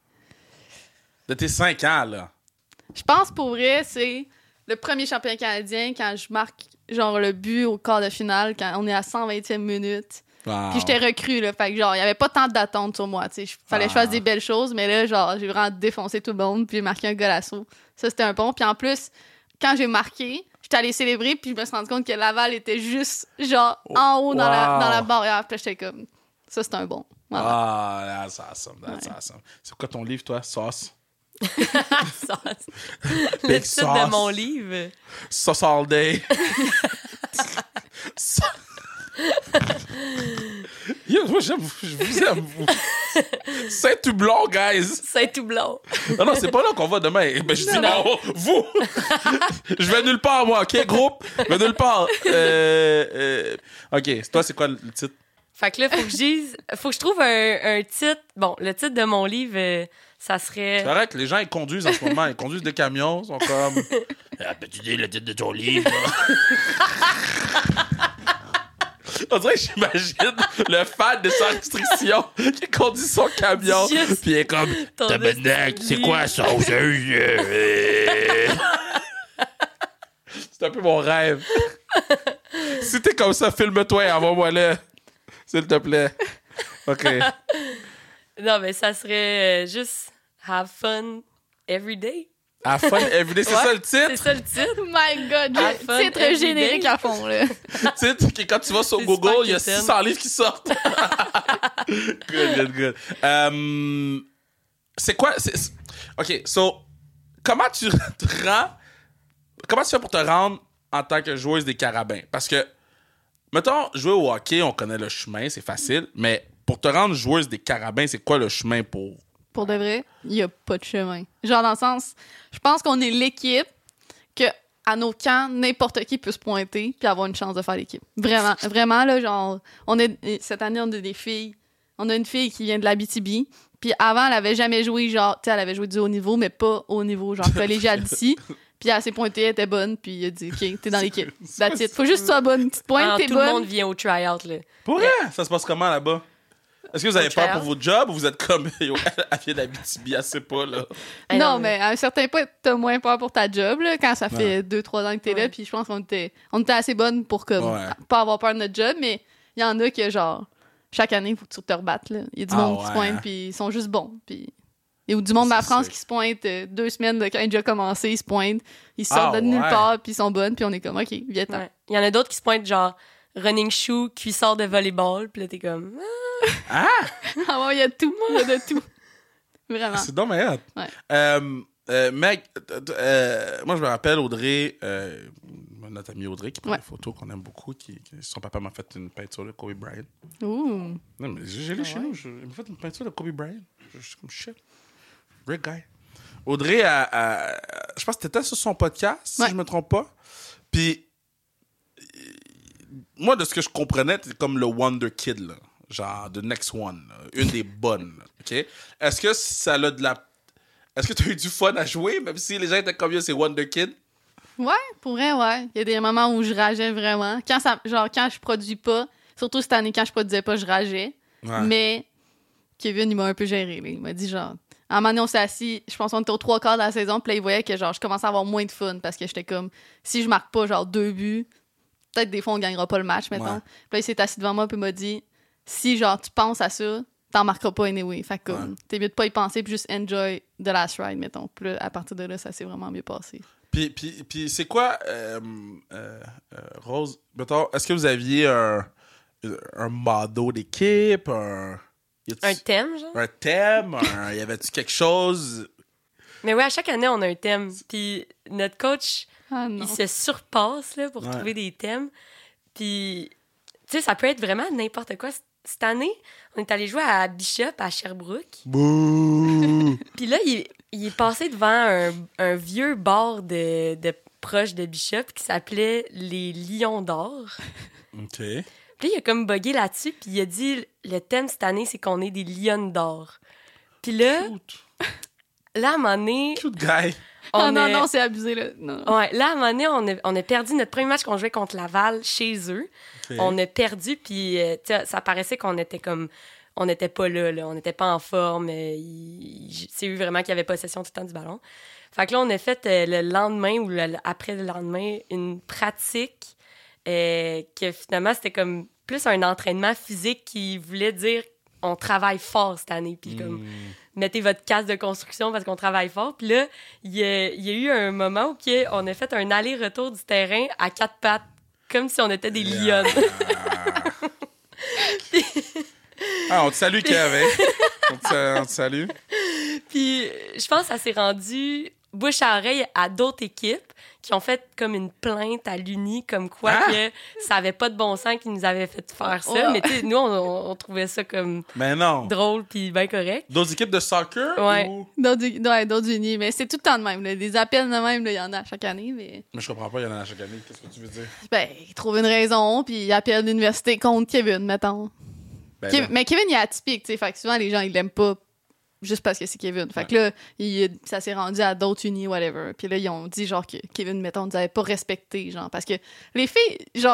De tes cinq ans, là. Je pense pour vrai, c'est le premier champion canadien quand je marque genre le but au quart de finale, quand on est à cent vingtième minute. Wow. Puis j'étais recrue, là. Fait que genre, il y avait pas tant d'attente sur moi, tu sais. Fallait que je fasse Ah. des belles choses, mais là, genre, j'ai vraiment défoncé tout le monde, puis j'ai marqué un golasso. Ça, c'était un bon. Puis en plus, quand j'ai marqué, j'étais allée célébrer, puis je me suis rendu compte que Laval était juste, genre, en haut dans, la, Wow. dans la barrière. Puis j'étais comme, ça, c'est un bon. Voilà. Ah, that's awesome, that's awesome. C'est quoi ton livre, toi? Sauce? Sauce. Le Big titre sauce. de mon livre. Sauce all day. Sa- Yo, moi, j'aime, je vous aime, vous. Saint-Toublon, guys. C'est tout blanc. Non, non, c'est pas là qu'on va demain. Ben, je dis, Non. oh, vous. Je vais nulle part, moi, OK, groupe? Je vais nulle part. Euh, euh, OK, toi, c'est quoi le titre? Fait que là, faut que je dise, faut que je trouve un, un titre. Bon, le titre de mon livre, euh, ça serait. C'est correct, les gens, ils conduisent en ce moment. Ils conduisent des camions, ils sont comme... Ah, peux-tu dire le titre de ton livre? On dirait que j'imagine le fan de Sans Restriction qui conduit son camion, Juste puis il est comme... ton Tabarnak, esti de c'est livre. quoi, sauceuse? Euh, C'est un peu mon rêve. Si t'es comme ça, filme-toi et envoie-moi-le. S'il te plaît. OK. Non, mais ça serait euh, juste have fun every day. Have fun every day, c'est Ouais, ça le titre? C'est ça le titre. Oh my God, Have je- fun titre every générique day. à fond, là. Titre que quand tu vas sur C'est Google, super il y a quétaine. six cents livres qui sortent. Good, good, good. Euh, c'est quoi... c'est- c'est- OK, so, comment tu te rends... Comment tu fais pour te rendre en tant que joueuse des carabins? Parce que, mettons, jouer au hockey, on connaît le chemin, c'est facile, mais pour te rendre joueuse des carabins, c'est quoi le chemin pour... Pour de vrai, il n'y a pas de chemin. Genre, dans le sens, je pense qu'on est l'équipe que, à nos camps, n'importe qui peut se pointer puis avoir une chance de faire l'équipe. Vraiment, vraiment, là, genre, on est, cette année, on a des filles. On a une fille qui vient de l'Abitibi. Puis avant, elle avait jamais joué, genre, tu sais, elle avait joué du haut niveau, mais pas haut niveau, genre, collégial d'ici. Puis elle s'est pointée, elle était bonne, puis il a dit, OK, t'es dans l'équipe. That's it. Faut juste que tu sois bonne. Tu te pointes, Alors, t'es tout bonne. le monde vient au try-out, là. Pour vrai? Ça se passe comment là-bas? Est-ce que vous avez Au peur tryout. pour votre job ou vous êtes comme... Yo, elle vient d'Abitibi, elle sait pas, là. Eh non, mais à un certain point, t'as moins peur pour ta job, là, quand ça fait Ouais. deux, trois ans que t'es là, Ouais. puis je pense qu'on était, on était assez bonnes pour comme, Ouais. pas avoir peur de notre job, mais il y en a que, genre, chaque année, il faut que tu te rebattes, là. Il y a du Ah monde qui ouais, se pointe, hein? puis ils sont juste bons, puis... Il y a du monde de la C'est France sick. qui se pointe euh, deux semaines de quand il a déjà commencé, ils se pointent, ils sortent Ah de nulle ouais. part, puis ils sont bonnes, puis on est comme, OK, viens-t'en. Ouais. Il y en a d'autres qui se pointent genre running shoe, cuissard de volleyball, puis là t'es comme Ah! Ah ouais, il y a tout, il y a de tout. Vraiment. C'est dommage. Ouais. Euh, euh, Meg, euh, euh, moi je me rappelle Audrey, euh, notre amie Audrey qui prend Ouais. des photos qu'on aime beaucoup, qui, qui- son papa m'a fait une peinture de Kobe Bryant. Ouh. Non, mais j'ai j'ai lu chez nous, je- il m'a fait une peinture de Kobe Bryant. Je je suis comme shit. Great guy. Audrey, a, a- je pense que t'étais sur son podcast, si Ouais. je me trompe pas. Puis, euh, moi, de ce que je comprenais, t'es comme le Wonder Kid, là. Genre, the next one, là. Une des bonnes, là. OK? Est-ce que ça a de la... Est-ce que t'as eu du fun à jouer, même si les gens étaient comme, yo, c'est Wonder Kid? Ouais, pour vrai, ouais. Il y a des moments où je rageais vraiment. Quand ça, genre, quand je produis pas, surtout cette année, quand je produisais pas, je rageais. Ouais. Mais Kevin, il m'a un peu géré, là. Il m'a dit, genre, à un moment donné, on s'est assis, je pense qu'on était aux trois quarts de la saison, puis là, il voyait que, genre, je commençais à avoir moins de fun parce que j'étais comme, si je marque pas, genre, deux buts, peut-être des fois, on gagnera pas le match, mettons. Ouais. Puis là, il s'est assis devant moi, puis il m'a dit, si, genre, tu penses à ça, t'en marqueras pas anyway. Fait que, comme, Ouais. t'es mieux de pas y penser, puis juste enjoy the last ride, mettons. Puis là, à partir de là, ça s'est vraiment mieux passé. Puis, puis, puis c'est quoi, euh, euh, euh, Rose, mettons, est-ce que vous aviez un, un motto d'équipe, un... y a-tu- un thème, genre. Un thème, un- y avait-tu quelque chose? Mais ouais, à chaque année, on a un thème. Puis notre coach, Ah non. il se surpasse là, pour Ouais. trouver des thèmes. Puis, tu sais, ça peut être vraiment n'importe quoi. C- Cette année, on est allé jouer à Bishop, à Sherbrooke. Bouh! Puis là, il, il est passé devant un, un vieux bar de, de proche de Bishop qui s'appelait les Lions d'or. OK. Puis là, il a comme bugué là-dessus, puis il a dit le thème cette année, c'est qu'on est des lions d'or. Puis là, Cute. là, à un moment donné, Cute guy. on Ah non, a- non, c'est abusé, là. Non, non. Ouais, là, à un moment donné, on a, on a perdu notre premier match qu'on jouait contre Laval chez eux. OK. On a perdu, puis euh, tu sais, ça paraissait qu'on était comme... On n'était pas là, là. On n'était pas en forme. euh, il- il- C'est eux vraiment qui avaient possession tout le temps du ballon. Fait que là, on a fait euh, le lendemain ou le- après le lendemain une pratique euh, que finalement, c'était comme plus un entraînement physique qui voulait dire on travaille fort cette année. Puis comme, Mm. mettez votre casque de construction parce qu'on travaille fort. Puis là, il y a, il y a eu un moment où que on a fait un aller-retour du terrain à quatre pattes, comme si on était des lions. Ah, on te salue, Kev, hein? on, te, on te salue. Puis je pense que ça s'est rendu bouche à oreille à d'autres équipes qui ont fait comme une plainte à l'Uni, comme quoi Ah! que ça avait pas de bon sens qu'ils nous avaient fait faire ça. Ouais. Mais tu sais, nous, on, on- on trouvait ça comme Mais non. drôle puis bien correct. D'autres équipes de soccer? Ouais. Ou... D'autres ouais, d'autres unis. Mais c'est tout le temps de même. Là. Des appels de même, là, il y en a chaque année. Mais Mais je comprends pas, il y en a à chaque année. Qu'est-ce que tu veux dire? ben, ils trouvent une raison, puis ils appellent l'université contre Kevin, mettons. Ben Kev- là. mais Kevin, il est atypique, tu sais. Fait que souvent, les gens, ils l'aiment pas juste parce que c'est Kevin. Fait que là, il- ça s'est rendu à d'autres unis, whatever. Puis là, ils ont dit, genre, que Kevin, mettons, nous avait pas respecté, genre. Parce que les filles, genre,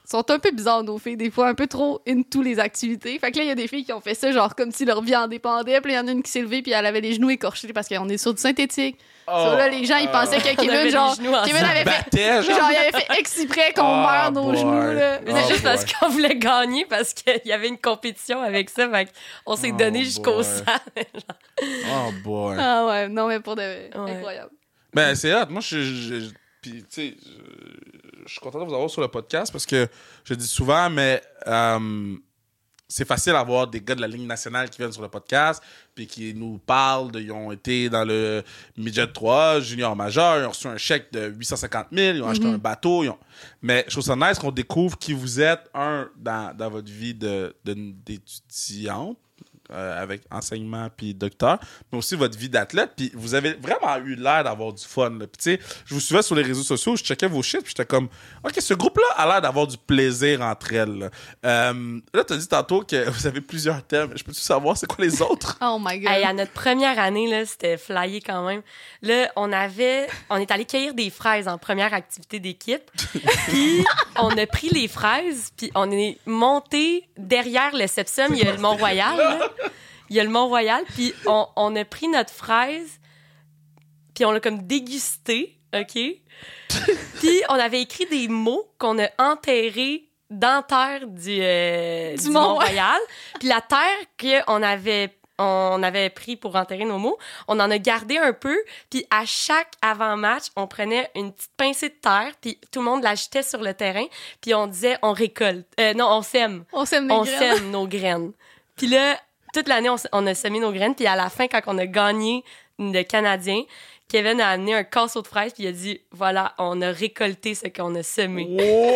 sont un peu bizarres, nos filles, des fois, un peu trop into les activités. Fait que là, il y a des filles qui ont fait ça, genre comme si leur vie en dépendait. Puis il y en a une qui s'est levée, puis elle avait les genoux écorchés parce qu'on est sur du synthétique. Oh, So, là, les gens, ils euh, pensaient que On avait Kevin, les genre, genoux ensemble. Kevin avait fait, battait, genre. genre, il avait fait exprès qu'on Oh, meure nos boy. genoux, là. Mais c'est Oh juste parce boy. qu'on voulait gagner, parce qu'il y avait une compétition avec ça. Fait on s'est Oh donné jusqu'au boy. sang. Oh boy. Ah ouais, non, mais pour de vrai, Ouais. incroyable. Ben, c'est hot. Moi, je. je, je- puis, tu sais, je, je suis content de vous avoir sur le podcast parce que je dis souvent, mais euh, c'est facile d'avoir des gars de la Ligue nationale qui viennent sur le podcast puis qui nous parlent de. Ils ont été dans le Midget trois, Junior Major, ils ont reçu un chèque de huit cent cinquante mille, ils ont acheté un bateau. Ils ont... Mais je trouve ça nice qu'on découvre qui vous êtes, un, dans, dans votre vie de, de, d'étudiante. Euh, avec enseignement puis docteur, mais aussi votre vie d'athlète. Puis vous avez vraiment eu l'air d'avoir du fun. Là. Puis tu sais, je vous suivais sur les réseaux sociaux, je checkais vos shit, puis j'étais comme, OK, ce groupe-là a l'air d'avoir du plaisir entre elles. Là, euh, là tu as dit tantôt que vous avez plusieurs thèmes. Je peux-tu savoir c'est quoi les autres? Oh my God. Hey, à notre première année, là, c'était flyé quand même. Là, on avait... On est allé cueillir des fraises en première activité d'équipe. Puis, on a pris les fraises, puis on est monté derrière le Sepsum. Il y a le Mont-Royal, là. Il y a le Mont-Royal, puis on, on a pris notre fraise, puis on l'a comme dégusté, OK? Puis, on avait écrit des mots qu'on a enterrés dans terre du, euh, Du du Mont- Mont-Royal. Puis la terre qu'on avait on avait pris pour enterrer nos mots, on en a gardé un peu, puis à chaque avant-match, on prenait une petite pincée de terre, puis tout le monde la jetait sur le terrain, puis on disait on récolte. Euh, non, on sème. On sème les On graines. sème nos graines. Puis là, toute l'année, on, s- on a semé nos graines, puis à la fin, quand on a gagné le Canadien, Kevin a amené un casseau de fraises, puis il a dit voilà, on a récolté ce qu'on a semé.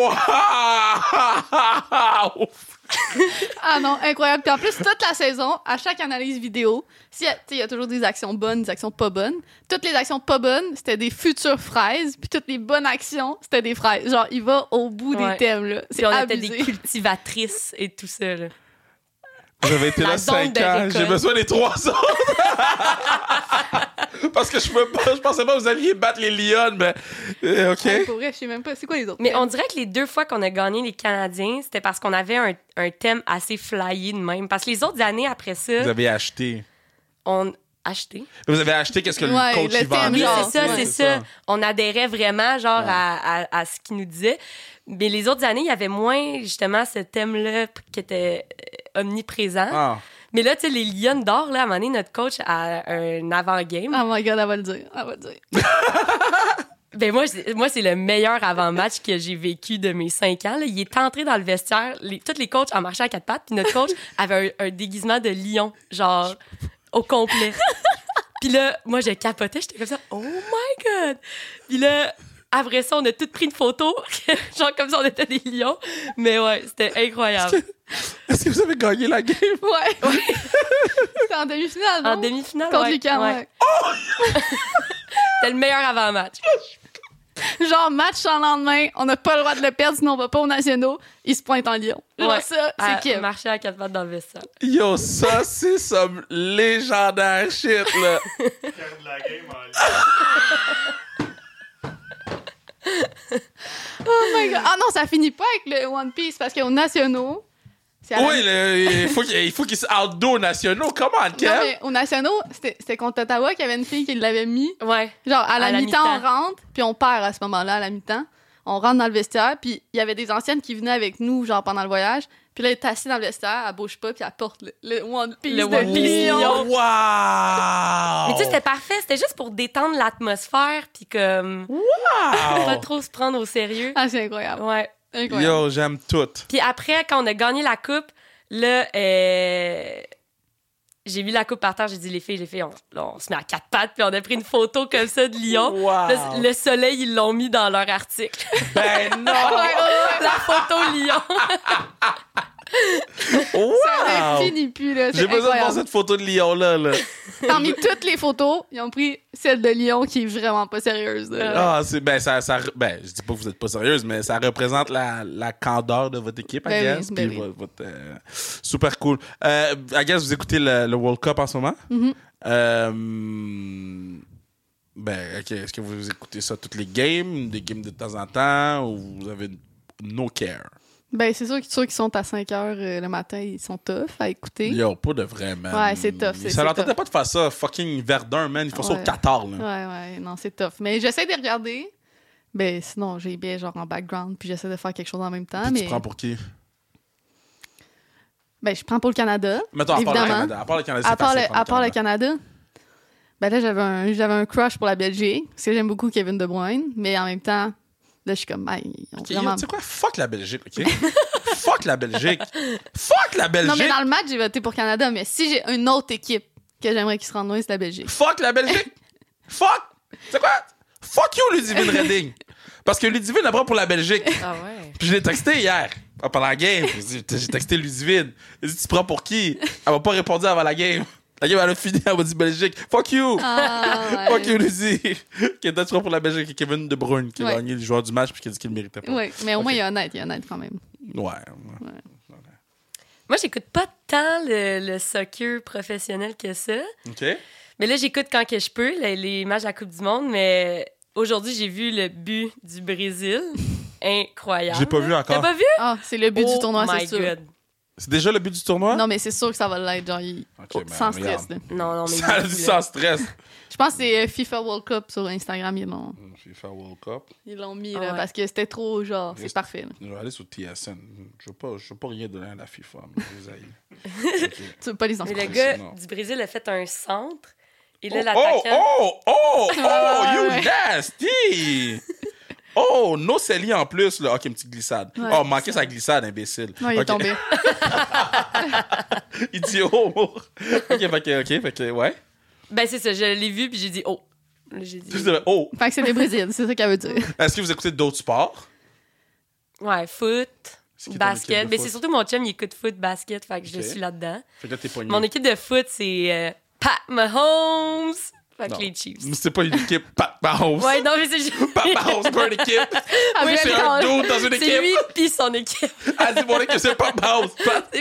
Wow! Ah non, incroyable. Puis en plus, toute la saison, à chaque analyse vidéo, s'il y a- tu sais, il y a toujours des actions bonnes, des actions pas bonnes. Toutes les actions pas bonnes, c'était des futures fraises. Puis toutes les bonnes actions, c'était des fraises. Genre, il va au bout Ouais. des thèmes, là. C'est Puis on abusé. était des cultivatrices et tout ça, là. J'avais été La là zone cinq de ans. récolte. J'ai besoin des trois autres. Parce que je peux pas, je pensais pas que vous alliez battre les Lions, mais euh, OK. Ouais, pour vrai, je sais même pas. C'est quoi les autres Mais thèmes? on dirait que les deux fois qu'on a gagné les Canadiens, c'était parce qu'on avait un, un thème assez flyé de même. Parce que les autres années après ça, Vous avez acheté. on acheté. Vous avez acheté qu'est-ce que Ouais, le coach le il vendait. thème, Oui, genre, c'est ça, ouais. c'est ça. On adhérait vraiment, genre, à, à, à ce qu'il nous disait. Mais les autres années, il y avait moins, justement, ce thème-là qui était euh, omniprésent. Ah. Mais là, tu sais, les Lions d'or, là, à un moment donné, notre coach a un avant-game. Oh my God, elle va le dire. Elle va le dire. Ben moi, c'est- moi c'est le meilleur avant-match que j'ai vécu de mes cinq ans. Là. Il est entré dans le vestiaire. Les, tous les coachs en marchaient à quatre pattes. Puis notre coach avait un, un déguisement de lion, genre, au complet. Puis là, moi, je capotais. J'étais comme ça, oh my God! Puis là, après ça, on a toutes pris une photo, genre comme si on était des lions. Mais ouais, c'était incroyable. Est-ce que vous avez gagné la game? Ouais. C'était en demi-finale, En non? demi-finale, Contre ouais. Lucas, ouais. ouais. C'était le meilleur avant-match. Genre, match sans lendemain, on n'a pas le droit de le perdre, sinon on va pas aux nationaux. Il se pointe en Lyon. Genre, Ouais. ça, À c'est Kim. marcher à quatre pattes dans le vestiaire. Yo, ça, c'est some légendaire shit, là. Garde la game en ligne. Oh my God. Ah non, ça finit pas avec le One Piece parce qu'aux nationaux, c'est à la- Oui, le- il faut qu'il il faut qu'il soit outdoor nationaux. Comment, Non, Kev? mais aux nationaux, c'était c'était contre Ottawa qu'il y avait une fille qui l'avait mis. Ouais. Genre, à la, À la mi-temps, on mi-temps. rentre, puis on perd à ce moment-là, à la mi-temps. On rentre dans le vestiaire, puis il y avait des anciennes qui venaient avec nous, genre, pendant le voyage. Puis là, elle est assise dans le vestiaire, elle bouge pas, puis elle porte le, le One Piece Le de One Piece Lion. Lion. Wow! Mais tu sais, c'était parfait. C'était juste pour détendre l'atmosphère, puis comme pas trop se prendre au sérieux. Ah, c'est incroyable. Ouais. Incroyable. Yo, j'aime tout. Puis après, quand on a gagné la coupe, là, euh, j'ai mis la coupe par terre. J'ai dit, les filles, les filles, on, là, on se met à quatre pattes, puis on a pris une photo comme ça de Lion. Wow! Là, le soleil, ils l'ont mis dans leur article. Ben non! La photo Lion. Ça ne Wow! finit plus, là. C'est J'ai besoin de voir incroyable. cette photo de Lion-là, là. Parmi toutes les photos, ils ont pris celle de Lyon qui est vraiment pas sérieuse. là. Ah, c'est, ben, ça, ça, ben, je dis pas que vous êtes pas sérieuse, mais ça représente la, la candeur de votre équipe, I Ben guess. oui, ben puis oui. votre, votre, euh, super cool. Euh, I guess vous écoutez le, le World Cup en ce moment? Mhm. Euh, ben, OK. Est-ce que vous écoutez ça toutes les games, des games de temps en temps, ou vous avez no care? Ben, c'est sûr que ceux qui sont à cinq heures euh, le matin, ils sont tough à écouter. Yo, pas de vrai, man. Ouais, c'est tough, c'est- Ça c'est leur tentait tough. pas de faire ça. Fucking Verdun, man. Ils font ça au Ouais. Qatar, là. Ouais, ouais, non, c'est tough. Mais j'essaie de regarder. Ben, sinon, j'ai bien genre en background, puis j'essaie de faire quelque chose en même temps. Puis mais tu prends pour qui? Ben, je prends pour le Canada. Mettons, à part le évidemment. Canada. À part le Canada, c'est À part, facile le, de prendre à part le Canada. Canada, ben là, j'avais un, j'avais un crush pour la Belgique, parce que j'aime beaucoup Kevin De Bruyne, mais en même temps, là, je suis comme, ben, ils ont Ok, yo, vraiment... tu sais quoi? Fuck la Belgique, OK? Fuck la Belgique. Fuck la Belgique. Non, mais dans le match, j'ai voté pour Canada, mais si j'ai une autre équipe que j'aimerais qu'ils se rendent loin, c'est la Belgique. Fuck la Belgique. Fuck. C'est quoi? Fuck you, Ludivine Redding. Parce que Ludivine apprend pour la Belgique. Ah ouais. Puis je l'ai texté hier, pendant la game. J'ai j'ai texté Ludivine. J'ai dit, tu prends pour qui? Elle m'a pas répondu avant la game. La game, elle a fini, elle m'a dit Belgique. Fuck you! Ah, ouais. Fuck you, Lucie! Ok, toi, tu prends pour la Belgique et Kevin De Bruyne, qui a Ouais. gagné le joueur du match puis qui a dit qu'il le méritait pas. Oui, mais au Ok. moins, il est honnête, il est honnête quand même. Ouais. ouais. Moi, j'écoute pas tant le, le soccer professionnel que ça. OK? Mais là, j'écoute quand que je peux, les, les matchs de la Coupe du Monde. Mais aujourd'hui, j'ai vu le but du Brésil. Incroyable. J'ai pas vu encore. T'as pas vu? Ah, c'est le but oh du tournoi, my c'est sûr. God. C'est déjà le but du tournoi? Non, mais c'est sûr que ça va l'être, genre, il- Ok, oh, ben, sans regarde. stress, là. Non, non, mais... Ça a beaucoup, dit là. sans stress. Je pense que c'est euh, FIFA World Cup sur Instagram, ils l'ont, FIFA World Cup. ils l'ont mis, Ah là, ouais. parce que c'était trop, genre, c'est Juste- parfait, là. Je vais aller sur T S N. Je veux pas, je veux pas rien donner à la FIFA, mais je les haïs. Ok. Tu veux pas les Mais encourager. le gars non. du Brésil a fait un centre. Et là, Oh, l'attaquant... oh, oh, oh, oh, you ouais. nasty! Oh, no Célie en plus, là. Ok, une petite glissade. Ouais. Oh, manqué sa glissade, imbécile. Non, il est Ok. tombé. Idiot. Ok, fait que, ok, fait que, ouais. Ben, c'est ça, je l'ai vu, puis j'ai dit « Oh! » Là, j'ai dit... Juste de- Oh, Fait que c'est le Brésil, c'est ça qu'elle veut dire. est-ce que vous écoutez d'autres sports? Ouais, foot, C'est qui ton équipe basket. de Mais foot? c'est surtout mon chum, il écoute foot, basket, fait que je Ok. suis là-dedans. Fait que là, t'es poigné. Mon équipe de foot, c'est euh, Pat Mahomes. Fait que Non. les Chiefs. C'est pas une équipe, Pat Mahomes. Ouais, non, mais c'est juste... Pat Mahomes, c'est pas une équipe. Après, c'est quand- un dude dans une C'est équipe. lui pis son équipe. Elle dit, mon équipe, c'est Pat Mahomes. Pat-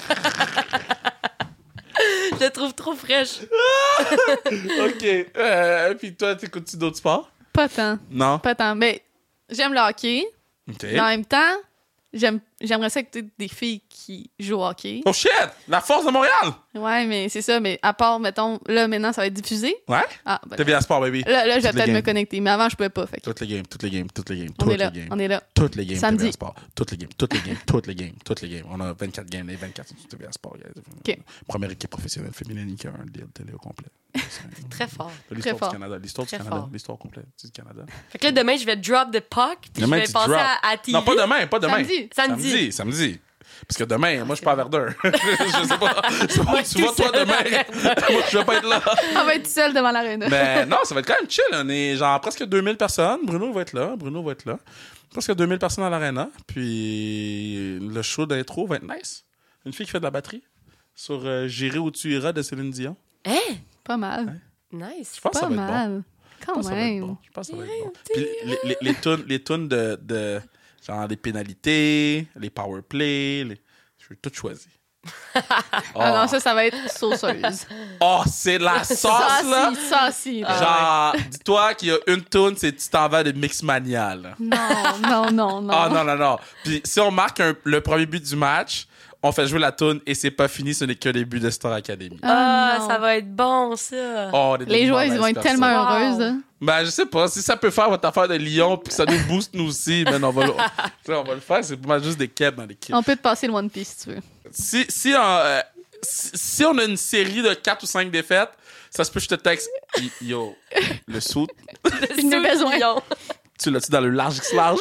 Je le trouve trop fraîche. Ok. Euh, puis toi, t'écoutes-tu d'autres sports? Pas tant, Non. pas tant. Mais j'aime le hockey, Ok. mais en même temps, j'aime, j'aimerais ça écouter des filles qui jouent au hockey. Oh shit! La force de Montréal! Ouais, mais c'est ça, mais à part, mettons, là, maintenant, ça va être diffusé. Ouais? Ah, ben, T'es bien à sport, baby. là, là, je vais Toutes les peut-être me games. connecter, mais avant, je pouvais pas. Fait que Toutes les games, toutes les games, toutes les games, on toutes est là, les games. on est là. Toutes les games, Samedi. T V A Sport. Toutes les games, toutes les games, toutes les games, toutes les games. On a vingt-quatre games, les vingt-quatre sont sur T V A Sport. OK. Première équipe professionnelle féminine qui a un deal télé au complet. Très fort. L'histoire fort. du Canada, l'histoire du Très Canada, fort. l'histoire complète du Canada. Fait que là, demain, je vais drop the puck, puis je Demain, vais tu passer drop. à, à T V. Non, pas demain, pas demain. Samedi. Samedi. Samedi, samedi. Parce que demain, moi, je suis pas à Verdun. Je sais pas. Tu vas, tu vas, toi, demain. Moi, je vais pas être là. On va être seul devant l'aréna. Mais non, ça va être quand même chill. On est genre presque deux mille personnes. Bruno va être là. Bruno va être là. Presque deux mille personnes à l'aréna. Puis le show d'intro va être nice. Une fille qui fait de la batterie sur euh, J'irai où tu iras de Céline Dion. Hein? Pas mal. Nice. Je pense que Pas ça va être bon. mal. Je Quand pense que ça va être même. bon. Je pense que ça va être bon. Puis les, les, les tunes, les tunes de, de genre les pénalités, les power play, les... je vais tout choisir. Ah non, ça, ça va être sauceuse. Oh, c'est la sauce, là! si, ça, si. là. Genre, dis-toi qu'il y a une tune, c'est Tu t'en vas de Mixmania, là. Non, non, non, non. Ah non, non, non. Puis si on marque un- le premier but du match, on fait jouer la tune et c'est pas fini, ce n'est que le but de Star Academy. Ah, non. ça va être bon, ça. Oh, on est des Les joueuses, ils mauvaises vont être personnes. tellement Wow. heureuses. hein. Ben, je sais pas. Si ça peut faire votre affaire de Lyon puis que ça nous booste, nous aussi, ben, on, va le, tu sais, on va le faire. C'est pas mal juste des kebs dans l'équipe. On peut te passer le One Piece si tu veux. Si, si, on, euh, si, si on a une série de quatre ou cinq défaites, ça se peut que je te texte. Y- Yo, le saut, Il en a besoin. Sous-million. tu l'as-tu dans le large X large?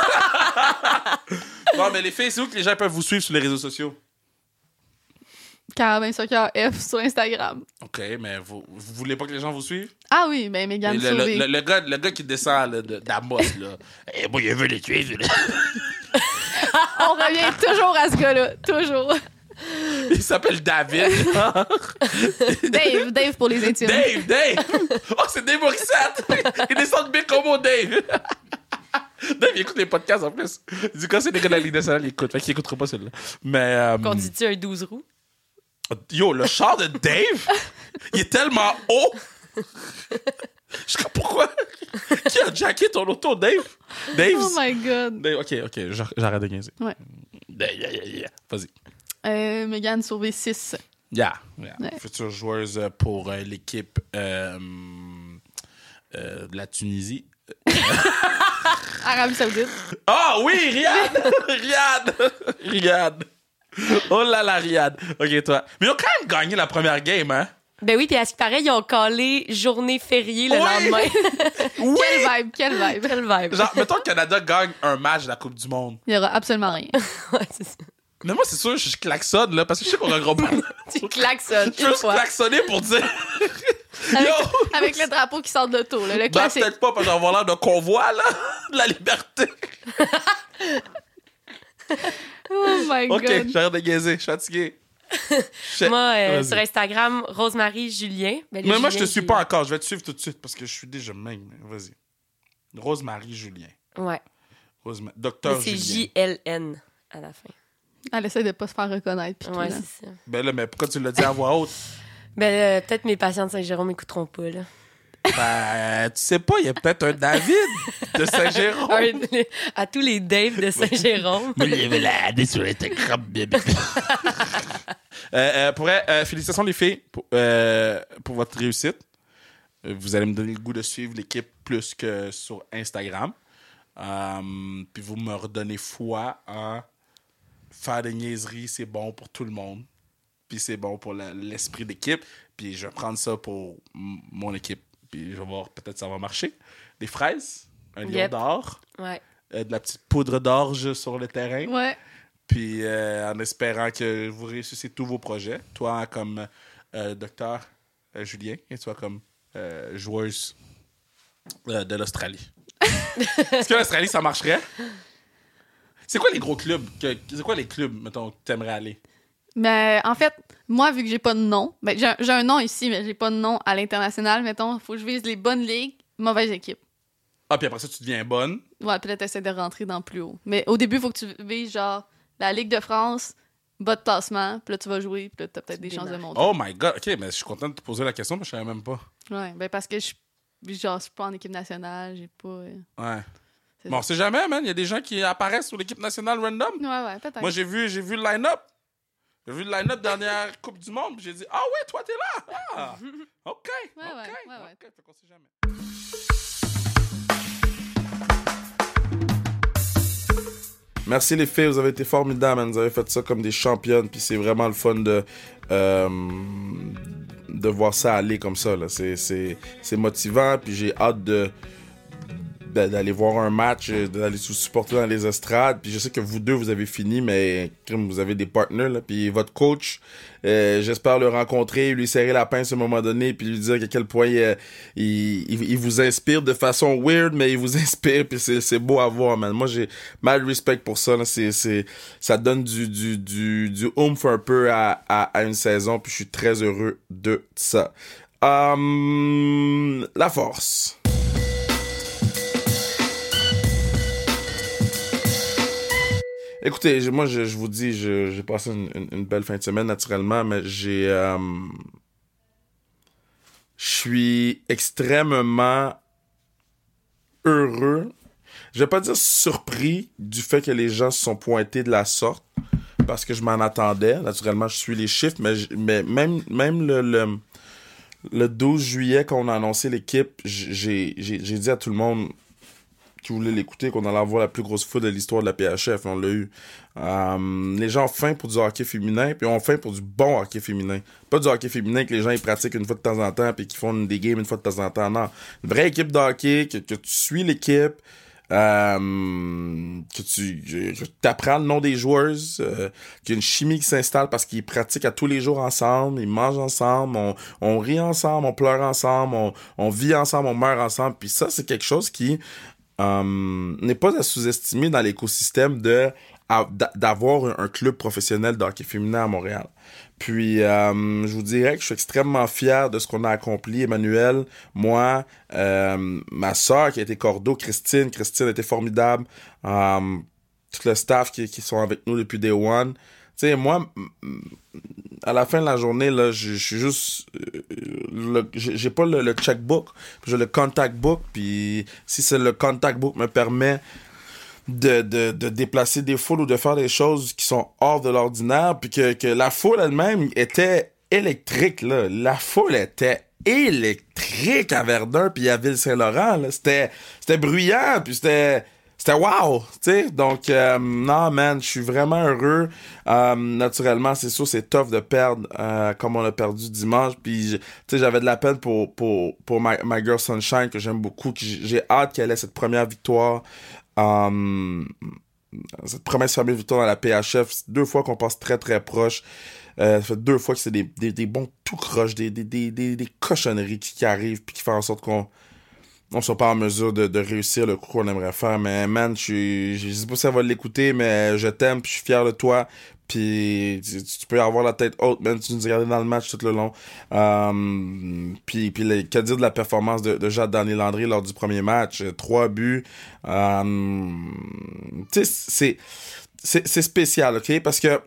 Non, mais les filles, c'est où que les gens peuvent vous suivre sur les réseaux sociaux? Carabin Soccer F sur Instagram. OK, mais vous, vous voulez pas que les gens vous suivent? Ah oui, ben Mégane Et le, le, Sauvé. le, le gars, le gars qui descend là, de- d'Amos, là. Eh, moi, il veut les tuer. lui, là. On revient toujours à ce gars-là. Toujours. Il s'appelle David. Dave, Dave pour les intimes. Dave, Dave! Oh, c'est Dave Morissette! Il descend de Bécomo, Dave! Dave, il écoute les podcasts en plus. Il dit quand c'est des gars de la Ligue nationale, il écoute. Fait qu'il écoutera pas celui-là. Mais. euh, Qu'on dit-tu un douze roues? Yo, le char de Dave, il est tellement haut! Je sais pas pourquoi. Qui a jacké ton auto, Dave? Dave? Oh my god. Dave, ok, ok, j'ar- j'arrête de niaiser. Ouais. Yeah, yeah, yeah, yeah. Vas-y. Euh, Mégane Sauvé six. Yeah, yeah. Ouais. Future joueuse pour euh, l'équipe euh, euh, de la Tunisie. Arabie Saoudite. Ah oui, Riyad! Riyad! Riyad! Oh là là, Riyad. OK, toi. Mais ils ont quand même gagné la première game, hein? Ben oui, puis à ce qui paraît, ils ont collé journée fériée le Oui! lendemain. Oui! Quelle vibe, quelle vibe. Quelle vibe. Genre, mettons que le Canada gagne un match de la Coupe du Monde. Il y aura absolument rien. Ouais, c'est ça. Mais moi, c'est sûr, je, je klaxonne, là, parce que je sais qu'on regroupe. Tu klaxonnes. Je veux juste une fois. klaxonner pour dire. Avec, Yo! avec le drapeau qui sort de l'auto, là, le Ben, classique. peut-être pas, parce que j'en l'air de convoi, là, de la liberté. Oh my OK, God. j'arrête de gaiser, je suis fatigué. Je- Moi, euh, Vas-y. sur Instagram, Rosemary Julien. Ben, le Mais moi, je Julien te suis qui- pas encore. Je vais te suivre tout de suite parce que je suis déjà même. Vas-y. Rosemary Julien. Ouais. Rosema- Mais Docteur c'est Julien. J L N à la fin. Elle essaie de pas se faire reconnaître. Pis tout, Ouais, là. c'est ça. Ben là, mais pourquoi tu l'as dit à voix haute? Ben, euh, peut-être mes patients de Saint-Jérôme m'écouteront pas, là. Ben, tu sais pas, il y a peut-être un David de Saint-Jérôme. Un- à tous les Dave de Saint-Jérôme. Mais il y avait la D sur Instagram, bébé. euh, euh, pour vrai, euh, félicitations les filles pour, euh, pour votre réussite. Euh, Vous allez me donner le goût de suivre l'équipe plus que sur Instagram. Euh, puis vous me redonnez foi à faire des niaiseries, c'est bon pour tout le monde. Puis c'est bon pour la- l'esprit d'équipe. Puis je vais prendre ça pour m- mon équipe. Puis je vais voir, peut-être ça va marcher. Des fraises, un lion Yep. d'or, Ouais. euh, de la petite poudre d'orge sur le terrain. Ouais. Puis euh, en espérant que vous réussissez tous vos projets. Toi comme euh, docteur euh, Julien et toi comme euh, joueuse euh, de l'Australie. Est-ce que l'Australie, ça marcherait? C'est quoi les gros clubs? Que, c'est quoi les clubs, mettons, que t'aimerais aller? Mais en fait, moi, vu que j'ai pas de nom, ben, j'ai un, j'ai un nom ici, mais j'ai pas de nom à l'international, mettons, faut que je vise les bonnes ligues, mauvaise équipe. Ah, puis après ça, tu deviens bonne. Ouais, peut-être essayer de rentrer dans plus haut. Mais au début, il faut que tu vises, genre, la Ligue de France, bas de classement, puis là, tu vas jouer, puis là, t'as peut-être des chances de monter. Oh my God. OK, mais je suis content de te poser la question, mais je savais même pas. Ouais, ben parce que je genre, je suis pas en équipe nationale, j'ai pas... euh, Ouais. c'est Bon, on sait jamais, man. Il y a des gens qui apparaissent sur l'équipe nationale random. Ouais, ouais, peut-être. Moi, j'ai vu, j'ai vu le line-up. J'ai vu le line-up dernière Coupe du Monde. puis J'ai dit, ah ouais, toi, t'es là. Ah, OK. Ouais, OK. ouais, ouais, ouais. OK, fait qu'on sait jamais. Merci les filles, vous avez été formidables, man. Vous avez fait ça comme des championnes, puis c'est vraiment le fun de euh, de voir ça aller comme ça. Là. C'est, c'est, c'est motivant, puis j'ai hâte de d'aller voir un match, d'aller vous supporter dans les estrades. Puis je sais que vous deux, vous avez fini, mais comme vous avez des partenaires, là. Puis votre coach, euh, j'espère le rencontrer, lui serrer la pince à un moment donné, puis lui dire à quel point euh, il, il, il vous inspire de façon weird, mais il vous inspire, puis c'est, c'est beau à voir, man. Moi, j'ai mal respect pour ça, là. C'est, c'est, ça donne du, du, du, du oomph un peu à, à, à une saison, puis je suis très heureux de ça. Um, la force. Écoutez, je- moi, je, je vous dis, je- j'ai passé une, une- une belle fin de semaine, naturellement, mais j'ai... euh, je suis extrêmement heureux. Je vais pas dire surpris du fait que les gens se sont pointés de la sorte, parce que je m'en attendais. Naturellement, je suis les chiffres, mais, j- mais même, même le, le, le douze juillet, quand on a annoncé l'équipe, j'ai, j'ai, j'ai dit à tout le monde qui voulait l'écouter qu'on allait avoir la plus grosse foule de l'histoire de la P H F. On l'a eu. Euh, les gens ont faim pour du hockey féminin, puis ont faim pour du bon hockey féminin. Pas du hockey féminin que les gens ils pratiquent une fois de temps en temps, puis qui font des games une fois de temps en temps. Non. Une vraie équipe de hockey, que, que tu suis l'équipe, euh, que tu que apprends le nom des joueuses, euh, qu'il y a une chimie qui s'installe parce qu'ils pratiquent à tous les jours ensemble, ils mangent ensemble, on, on rit ensemble, on pleure ensemble, on, on vit ensemble, on meurt ensemble. Puis ça, c'est quelque chose qui Um, n'est pas à sous-estimer dans l'écosystème de à, d'avoir un, un club professionnel de hockey féminin à Montréal. Puis, um, je vous dirais que je suis extrêmement fier de ce qu'on a accompli, Emmanuel, moi, euh, ma soeur qui a été cordeau, Christine. Christine a été formidable. Um, tout le staff qui, qui sont avec nous depuis Day One. Tu sais, moi, à la fin de la journée, là, je suis juste... Euh, le, j'ai, j'ai pas le, le checkbook, j'ai le contact book, puis si c'est le contact book me permet de, de, de déplacer des foules ou de faire des choses qui sont hors de l'ordinaire, puis que, que la foule elle-même était électrique, là. La foule était électrique à Verdun puis à Ville-Saint-Laurent, là. C'était, c'était bruyant, puis c'était... C'était wow, tu sais. Donc, euh, non, man, je suis vraiment heureux. Euh, naturellement, c'est sûr, c'est tough de perdre euh, comme on a perdu dimanche. Puis, tu sais, j'avais de la peine pour pour pour my, my girl Sunshine, que j'aime beaucoup. Que j'ai hâte qu'elle ait cette première victoire. Euh, cette première fameuse victoire dans la P H F. C'est deux fois qu'on passe très, très proche. Euh, ça fait deux fois que c'est des, des, des bons tout croches, des, des, des, des, des cochonneries qui, qui arrivent puis qui font en sorte qu'on on soit pas en mesure de, de réussir le coup qu'on aimerait faire. Mais man, je suis, je sais pas si ça va l'écouter, mais je t'aime, puis je suis fier de toi. Puis tu, tu peux avoir la tête haute, man, tu nous as regardé dans le match tout le long. Euh, puis puis les, que dire de la performance de, de Jade Daniel-Landry lors du premier match? Trois buts. Euh, tu sais, c'est, c'est, c'est spécial, OK? Parce que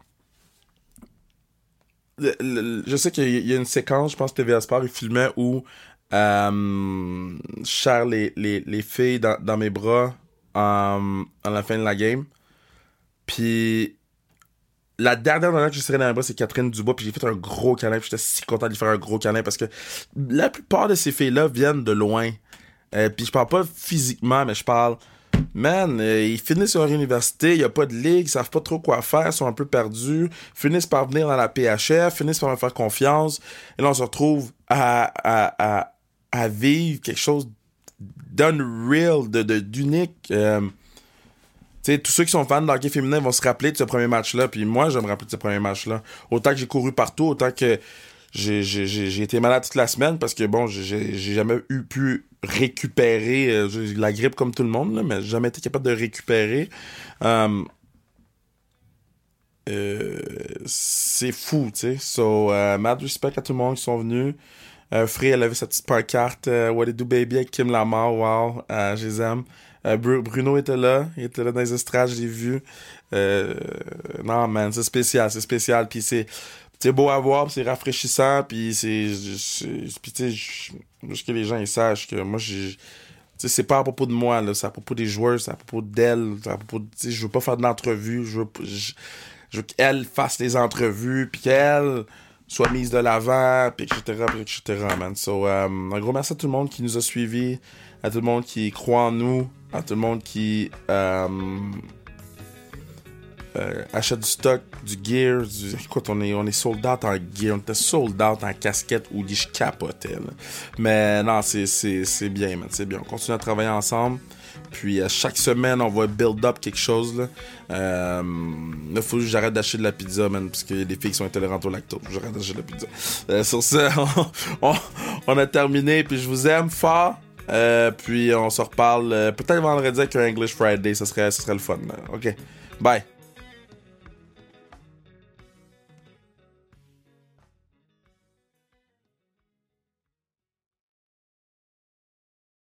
le, le, je sais qu'il y a une séquence, je pense que T V A Sport, il filmait où Euh, je serre les, les, les filles dans, dans mes bras euh, à la fin de la game. Puis la dernière dernière que j'ai serré dans mes bras, c'est Catherine Dubois. Puis j'ai fait un gros câlin. Puis j'étais si content de lui faire un gros câlin parce que la plupart de ces filles-là viennent de loin. Euh, puis je parle pas physiquement, mais je parle... Man, euh, ils finissent leur université, il n'y a pas de ligue, ils savent pas trop quoi faire, sont un peu perdus, finissent par venir dans la P H F, finissent par me faire confiance. Et là, on se retrouve à... à, à à vivre quelque chose d'unreal, de, de, d'unique. Euh, tu sais, tous ceux qui sont fans de hockey féminin vont se rappeler de ce premier match-là, puis moi, je vais me rappeler de ce premier match-là. Autant que j'ai couru partout, autant que j'ai, j'ai, j'ai, j'ai été malade toute la semaine, parce que bon, j'ai, j'ai jamais eu pu récupérer euh, j'ai la grippe comme tout le monde, là, mais j'ai jamais été capable de récupérer. Euh, euh, c'est fou, tu sais. So, uh, mad respect à tout le monde qui sont venus. Euh, Free, elle avait sa petite pancarte euh, What It Do Baby avec Kim Lamar, wow, euh, je les aime. Euh, Br- Bruno était là, il était là dans les estrades, je l'ai vu. Euh, non, man, c'est spécial, c'est spécial, puis c'est, c'est beau à voir, pis c'est rafraîchissant, puis c'est, puis tu sais, juste que les gens ils sachent que moi, j'ai, tu sais, c'est pas à propos de moi, là, c'est à propos des joueurs, c'est à propos d'elle, c'est à propos de, tu sais, je veux pas faire de l'entrevue, je veux, je, je veux qu'elle fasse les entrevues, puis qu'elle soit mise de l'avant, puis et cetera, puis et cetera, man. So, um, un gros merci à tout le monde qui nous a suivis, à tout le monde qui croit en nous, à tout le monde qui um, euh, achète du stock, du gear, du... Écoute, on est, on est sold out en gear, on était sold out en casquette, où je capotais, là. Mais non, c'est, c'est, c'est bien, man, c'est bien. On continue à travailler ensemble. Puis à chaque semaine, on va build up quelque chose. Là, euh, là faut que j'arrête d'acheter de la pizza, man, parce qu'il y a des filles qui sont intolérantes au lactose. J'arrête d'acheter de la pizza. Euh, sur ça, on, on, on a terminé. Puis je vous aime fort. Euh, puis on se reparle euh, peut-être vendredi avec un English Friday. Ça serait, ça serait le fun. Là. OK. Bye.